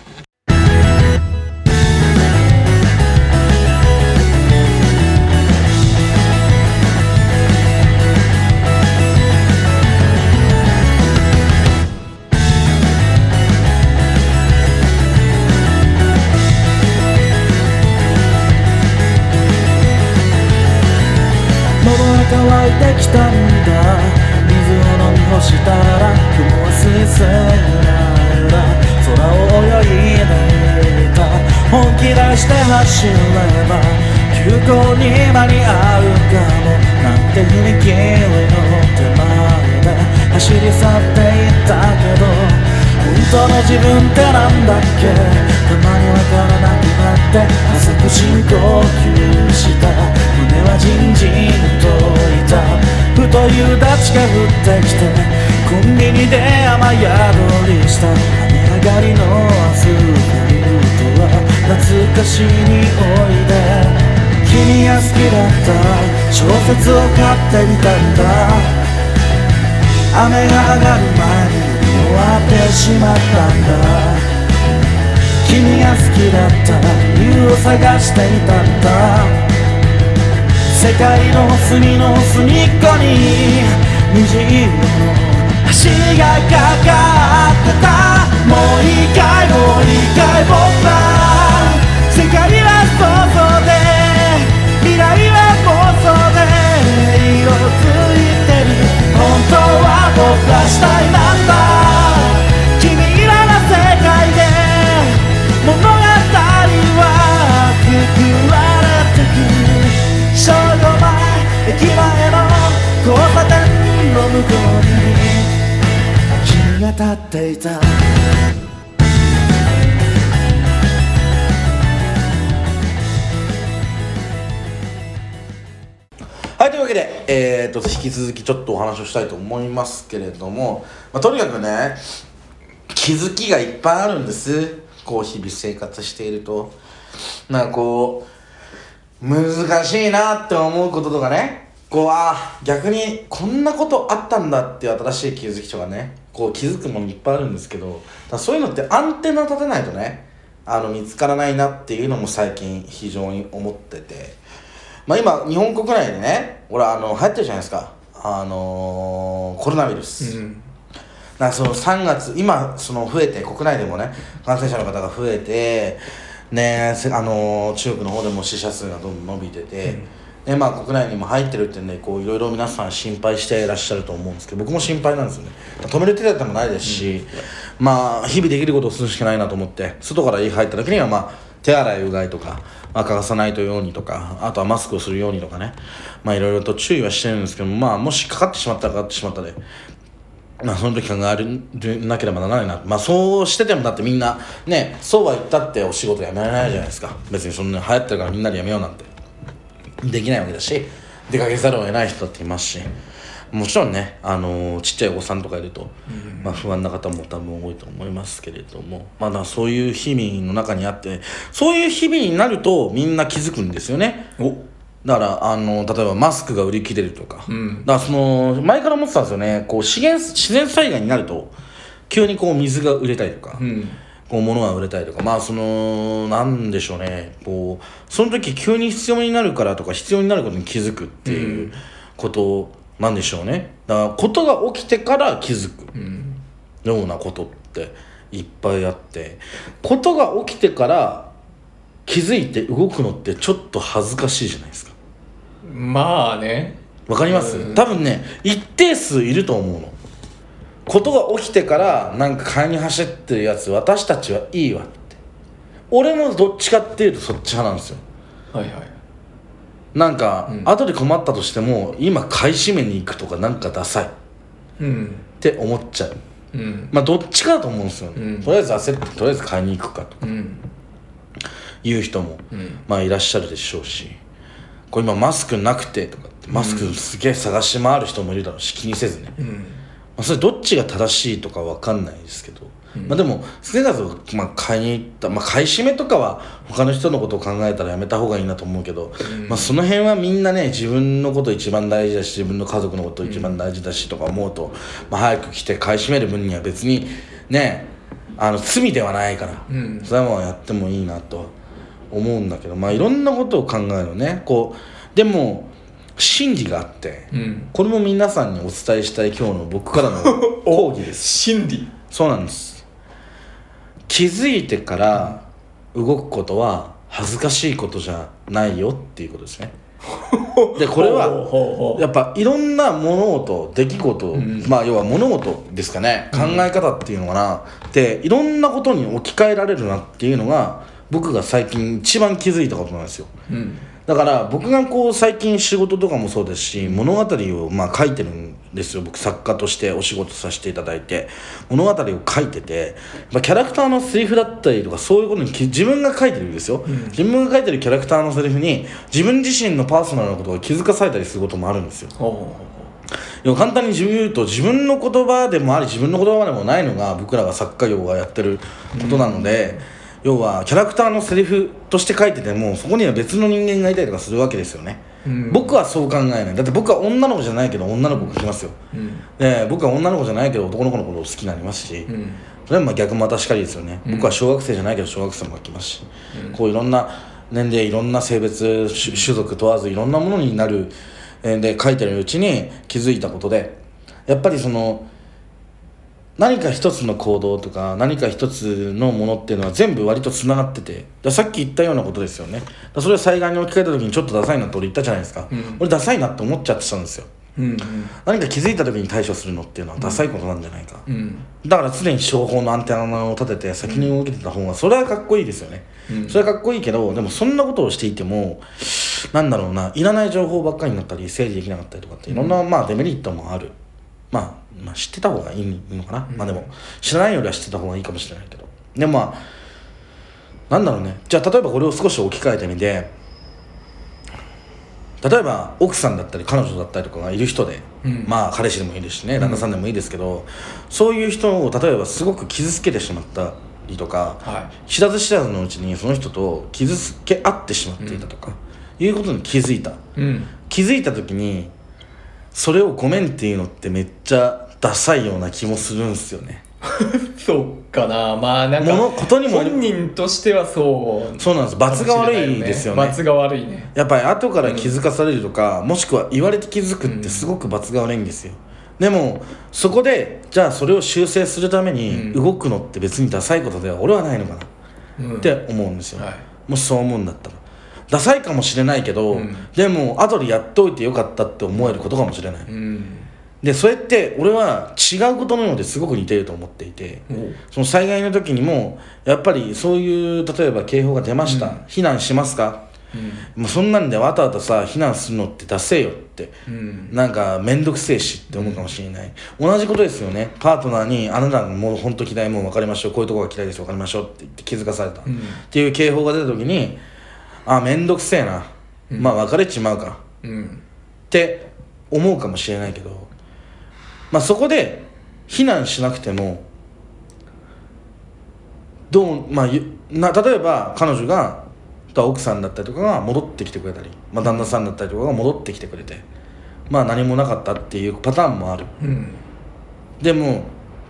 乾いてきたんだ。水を飲み干したら雲はすすらら空を泳いでいた。本気出して走れば急行に間に合うかもなんて踏切の手前で走り去っていったけど、本当の自分ってなんだっけ。たまにわからなくなって浅く深呼吸した。胸はじんじんといた。ふと夕立が降ってきてコンビニで雨宿りした。雨上がりのアスファルトは懐かしい匂いで、君が好きだった小説を買ってみたんだ。雨が上がる前に終わってしまったんだ。君が好きだった理由を探してみたんだ。世界の隅の隅っこに虹色の橋がかかってた。もういいかいもういいかい僕ら。世界は想像で未来は妄想で色づいてる。本当は僕ら主体なんだ。君らの世界で物語は作られてく。少女前駅前の交差点の向こうに君が立っていた。 はい、というわけで、えー、と引き続きちょっとお話をしたいと思いますけれども、まあ、とにかくね気づきがいっぱいあるんです。こう日々生活しているとなんかこう難しいなって思うこととかね、こうあ逆にこんなことあったんだっていう新しい気づきとかね、こう気づくものいっぱいあるんですけど、だそういうのってアンテナ立てないとねあの見つからないなっていうのも最近非常に思ってて、まあ今日本国内でね俺あの流行ってるじゃないですか、あのー、コロナウイルス、うん、なんかそのさんがつ今その増えて国内でもね感染者の方が増えてね、あのー、中国の方でも死者数がどんどん伸びてて、うんでまあ、国内にも入ってるってんでこういろいろ皆さん心配していらっしゃると思うんですけど、僕も心配なんですよね。止める手立てもないですし、うん、まあ日々できることをするしかないなと思って、外から家入った時にはまあ手洗いうがいとか、まあ、欠かさないとようにとか、あとはマスクをするようにとかね、まあいろいろと注意はしてるんですけども、まあもしかかってしまったらかかってしまったで、まあその時考えなければならないな。まあそうしててもだってみんなね、そうは言ったってお仕事辞められないじゃないですか。別にそんな流行ってるからみんなで辞めようなんてできないわけだし、出かけざるを得ない人だっていますし、もちろんね、あのー、ちっちゃいお子さんとかいると、まあ、不安な方も多分多いと思いますけれども、まだそういう日々の中にあって、そういう日々になるとみんな気づくんですよね。おだからあの例えばマスクが売り切れるとか、うん、だからその前から思ってたんですよね。こう資源自然災害になると急にこう水が売れたりとか、うんこう物が売れたりとか、まあそのなんでしょうね、こうその時急に必要になるからとか必要になることに気づくっていうことを、 なんでしょうね、だからことが起きてから気づくうんようなことっていっぱいあって、ことが起きてから気づいて動くのってちょっと恥ずかしいじゃないですか。 まあね、 わかります、 うん多分ね一定数いると思うの。ことが起きてからなんか買いに走ってるやつ私たちはいいわって。俺もどっちかっていうとそっち派なんですよ。 はいはい、 なんか、 うん後で困ったとしても今買い占めに行くとかなんかダサいっうんて思っちゃう。 うんまあどっちかだと思うんですよね、 うんとりあえず焦ってとりあえず買いに行くかとうんいう人も、 うんまあいらっしゃるでしょうし、これ今マスクなくてとかってマスクすげえ探し回る人もいるだろうし気にせずね、 うんまあ、それどっちが正しいとかわかんないですけど、 うんまあでも少なくともまあ買いに行った、まあ、買い占めとかは他の人のことを考えたらやめた方がいいなと思うけど、 うんまあ、その辺はみんなね自分のこと一番大事だし自分の家族のこと一番大事だしとか思うと、まあ、早く来て買い占める分には別にねあの罪ではないから、 うんそれはもうやってもいいなと思うんだけど、まあいろんなことを考えるね。こうでも真理があって、 うんこれも皆さんにお伝えしたい今日の僕からの講義です心理そうなんです。気づいてから動くことは恥ずかしいことじゃないよっていうことですね。でこれはほうほうほうやっぱいろんな物事出来事、 うんまあ要は物事ですかね、考え方っていうのかなでいろんなことに置き換えられるなっていうのが僕が最近一番気づいたことなんですよ。 うんだから僕がこう最近仕事とかもそうですし物語をまあ書いてるんですよ。僕作家としてお仕事させていただいて物語を書いてて、まあ、キャラクターのセリフだったりとかそういうことにき自分が書いてるんですよ、うん、自分が書いてるキャラクターのセリフに自分自身のパーソナルなことが気づかされたりすることもあるんですよ。 ほうほうほうでも簡単に自分言うと自分の言葉でもあり自分の言葉でもないのが僕らが作家業がやってることなので、うん、要はキャラクターのセリフとして書いててもそこには別の人間がいたりとかするわけですよね、うん、僕はそう考えない。だって僕は女の子じゃないけど女の子が来ますよ、うん、で僕は女の子じゃないけど男の子のことを好きになりますし、うん、それはまあ逆もまたしかりですよね、うん、僕は小学生じゃないけど小学生も来ますし、うん、こういろんな年齢いろんな性別種族問わずいろんなものになるで書いてるうちに気づいたことでやっぱりその何か一つの行動とか何か一つのものっていうのは全部割とつながっててださっき言ったようなことですよね。だそれを災害に置き換えた時にちょっとダサいなって俺言ったじゃないですか、うん、俺ダサいなって思っちゃってたんですよ、うんうん、何か気づいた時に対処するのっていうのはダサいことなんじゃないか、うん、だから常に情報のアンテナを立てて先に動けてた方がそれはかっこいいですよね、うん、それはかっこいいけどでもそんなことをしていてもなんだろうないらない情報ばっかりになったり整理できなかったりとかっていろんなまあデメリットもある、まあまあ、知ってた方がいいのかな、うん、まあでも知らないよりは知ってた方がいいかもしれないけどでもまあなんだろうねじゃあ例えばこれを少し置き換えてみて例えば奥さんだったり彼女だったりとかがいる人で、うん、まあ彼氏でもいいですしね旦那さんでもいいですけど、うん、そういう人を例えばすごく傷つけてしまったりとか、はい、知らず知らずのうちにその人と傷つけ合ってしまっていたとか、うん、いうことに気づいた、うん、気づいた時にそれをごめんっていうのってめっちゃダサいような気もするんですよねそうかなまあなんかものことにも本人としてはそうそうなんです罰が悪いですよね罰が悪いねやっぱり後から気づかされるとか、うん、もしくは言われて気づくってすごく罰が悪いんですよ、うん、でもそこでじゃあそれを修正するために動くのって別にダサいことでは俺はないのかな、うん、って思うんですよ、はい、もしそう思うんだったらダサいかもしれないけど、うん、でも後でやっておいてよかったって思えることかもしれない、うんでそれって俺は違うことのようですごく似ていると思っていて、うん、その災害の時にもやっぱりそういう例えば警報が出ました、うん、避難しますか、うん、もうそんなんでわたわたさ避難するのってダセえよって、うん、なんかめんどくせえしって思うかもしれない、うん、同じことですよね。パートナーにあなたもう本当嫌いもう分かりましょうこういうとこが嫌いです分かりましょうって言って気づかされた、うん、っていう警報が出た時にあめんどくせえな、うん、まあ別れちまうか、うん、って思うかもしれないけどまあ、そこで避難しなくてもどう、まあ、な例えば彼女が奥さんだったりとかが戻ってきてくれたり、まあ、旦那さんだったりとかが戻ってきてくれて、まあ、何もなかったっていうパターンもある、うん、でも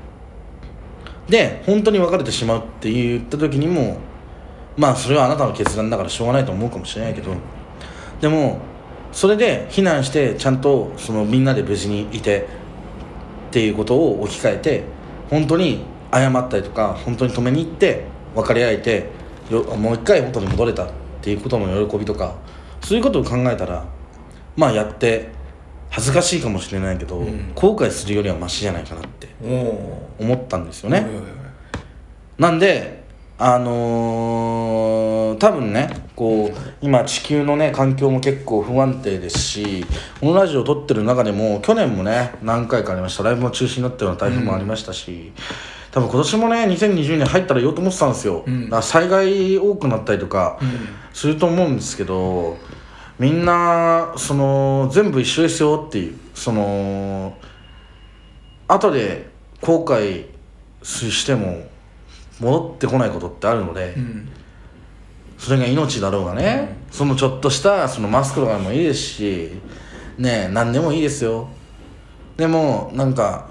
で本当に別れてしまうって言った時にもまあそれはあなたの決断だからしょうがないと思うかもしれないけどでもそれで避難してちゃんとそのみんなで無事にいてっていうことを置き換えて、本当に謝ったりとか本当に止めに行って分かり合えてよもう一回元に戻れたっていうことの喜びとか、そういうことを考えたら、まあやって恥ずかしいかもしれないけど、うん、後悔するよりはマシじゃないかなって思ったんですよね。なんであのー、多分ねこう今地球のね環境も結構不安定ですし、このラジオを撮ってる中でも去年もね何回かありました。ライブも中止になったような台風もありましたし、うん、多分今年もねにせんにじゅうねん入ったら言おうと思ってたんですよ、うん、だから災害多くなったりとかすると思うんですけど、みんなその全部一緒ですよっていう、その後で後悔しても戻ってこないことってあるので、うん、それが命だろうがね、うん、そのちょっとしたそのマスクとかでもいいですしね、何でもいいですよ。でもなんか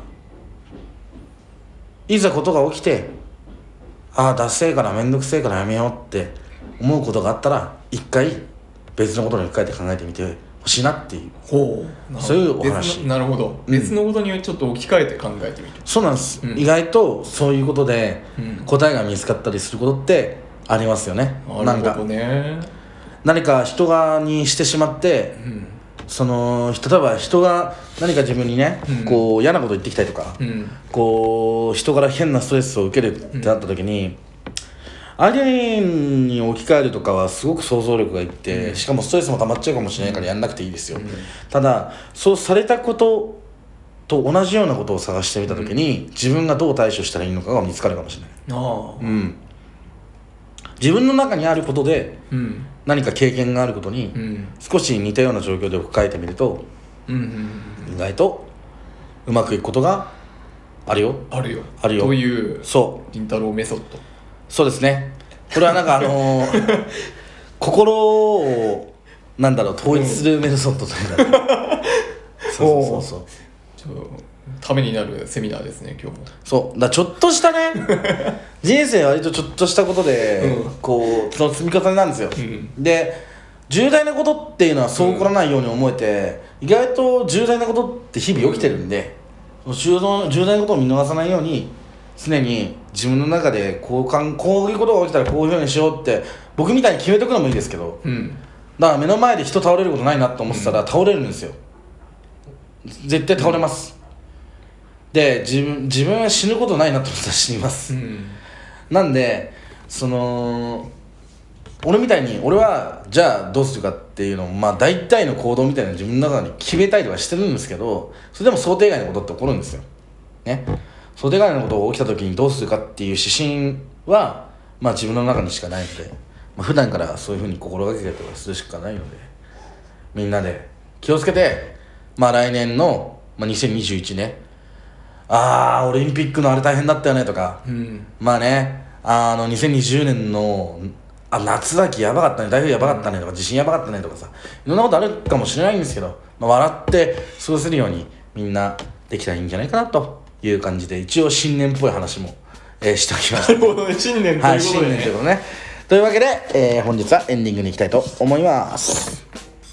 いざことが起きて、ああダッセーからめんどくせえからやめようって思うことがあったら、一回別のことに置き換えて考えてみてほしいなっていう、ほうそういうお話。 なるほど、うん、別のことにちょっと置き換えて考えてみる。 そうなんです、うん、意外とそういうことで答えが見つかったりすることってありますよね、うん、 なるほどね。 何か人がにしてしまって、うん、その例えば人が何か自分にね、うん、こう嫌なこと言ってきたりとか、うん、こう人から変なストレスを受けるってなった時に、うん、相手に置き換えるとかはすごく想像力がいって、うん、しかもストレスも溜まっちゃうかもしれないからやんなくていいですよ、うん、ただそうされたことと同じようなことを探してみた時に、うん、自分がどう対処したらいいのかが見つかるかもしれない。あ、うん、自分の中にあることで、うん、何か経験があることに、うん、少し似たような状況で置き換えてみると、うんうんうん、意外とうまくいくことがあるよあるよあるよというそう凛太郎メソッド。 そうですね。これはなんかあのー、心をなんだろう統一するメソッドというか、うん、そうそうそうそう、ためになるセミナーですね今日も。 そうだ、ちょっとしたね人生は割とちょっとしたことで、うん、こうその積み重ねなんですよ、うん、で重大なことっていうのはそう起こらないように思えて、うん、意外と重大なことって日々起きてるんで、うん、重大なことを見逃さないように常に自分の中でこうかんこういうことが起きたらこういうふうにしようって僕みたいに決めとくのもいいですけど、うん、だから目の前で人倒れることないなと思ってたら倒れるんですよ。絶対倒れます、うん、で自分自分は死ぬことないなと思ったら死にます、うん、なんでその俺みたいに俺はじゃあどうするかっていうのをまあ大体の行動みたいな自分の中に決めたりとかしてるんですけど、それでも想定外のことって起こるんですよね。想定外のことが起きた時にどうするかっていう指針はまあ自分の中にしかないので、まあ、普段からそういうふうに心がけてとかするしかないので、みんなで気をつけて、まあ来年の、まあ、にせんにじゅういちねん、あーオリンピックのあれ大変だったよねとか、うん、まあねあのにせんにじゅうねんのあ夏だけやばかったね、台風やばかったねとか地震やばかったねとかさ、いろんなことあるかもしれないんですけど、まあ、笑って過ごせるようにみんなできたらいいんじゃないかなという感じで、一応新年っぽい話も、えー、しておきました。 なるほどね、新年ということで、ね、 はい、新年ということね。というわけで、えー、本日はエンディングに行きたいと思います。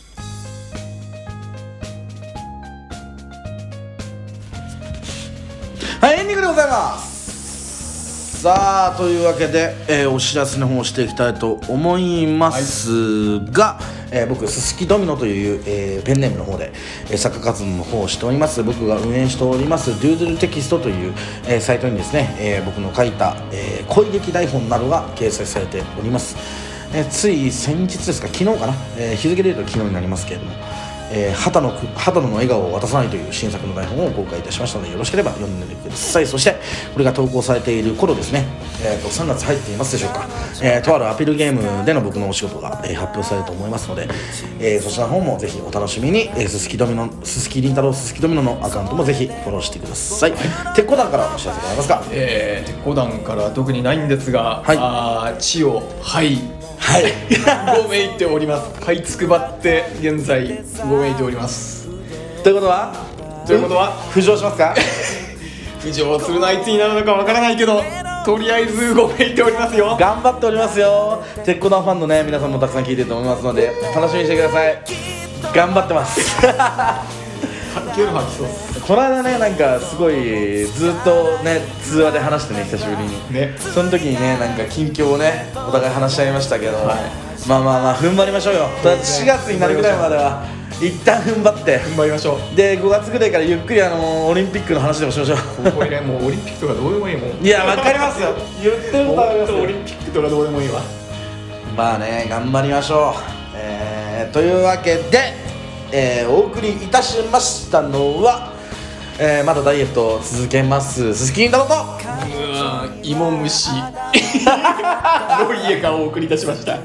はい、エンディングでございます。さあというわけで、えー、お知らせの方をしていきたいと思いますが、はい、えー、僕すすきドミノという、えー、ペンネームの方で、えー、作家活動の方をしております。僕が運営しておりますドゥードゥルテキストという、えー、サイトにですね、えー、僕の書いた、えー、恋劇台本などが掲載されております。えー、つい先日ですか、昨日かな、えー、日付で言うと昨日になりますけれども、えー、畑野畑野の笑顔を渡さないという新作の台本を公開いたしましたので、よろしければ読んでみてください。そしてこれが投稿されている頃ですね、えー、とさんがつ入っていますでしょうか、えー、とあるアピールゲームでの僕のお仕事が、えー、発表されると思いますので、えー、そちらの方もぜひお楽しみに、えー、すすきドミノすすきりんたろうすすきドミノのアカウントもぜひフォローしてください。鉄鋼団からお知らせございますか？ えー、鉄鋼団から特にないんですが、はい、あ地をはいはいごめいております。はいつくばって現在ごめいております。 ということはということは浮上しますか？ 浮上するのはいつになるのかわからないけど、とりあえずごめいておりますよ。 頑張っておりますよ。鉄鋼団ファンのね皆さんもたくさん聞いてると思いますので楽しみにしてください。 頑張ってます吐きよる吐きそうっすこの間ねなんかすごいずっとね通話で話してね久しぶりにね。 その時にねなんか近況をねお互い話し合いましたけど、 はいまあまあまあ踏ん張りましょうよ。とりあえずしがつになるぐらいまでは一旦踏ん張って踏ん張りましょう。 でごがつぐらいからゆっくりあのオリンピックの話でもしましょうこれね、もうオリンピックとかどうでもいいもん。 いやわかりますよ言ってることはわかりますよオリンピックとかどうでもいいわ。 まあね頑張りましょう、えー、というわけで、えー、お送りいたしましたのは、えー、まだダイエットを続けます鈴木金太郎とうわー芋虫の家からお送りいたしました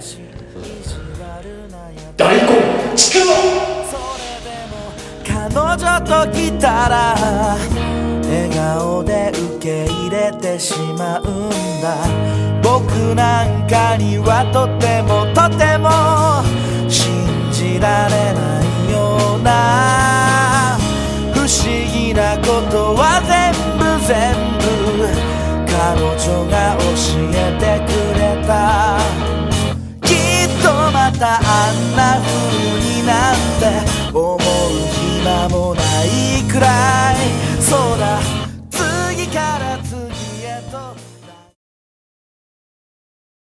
大根ちくわ彼女と来たら笑顔で受け入れてしまうんだ。僕なんかにはとてもとても信じられないような不思議なことは全部全部彼女が教えてくれた。きっとまたあんな風になんて思う暇もないくらいそうだ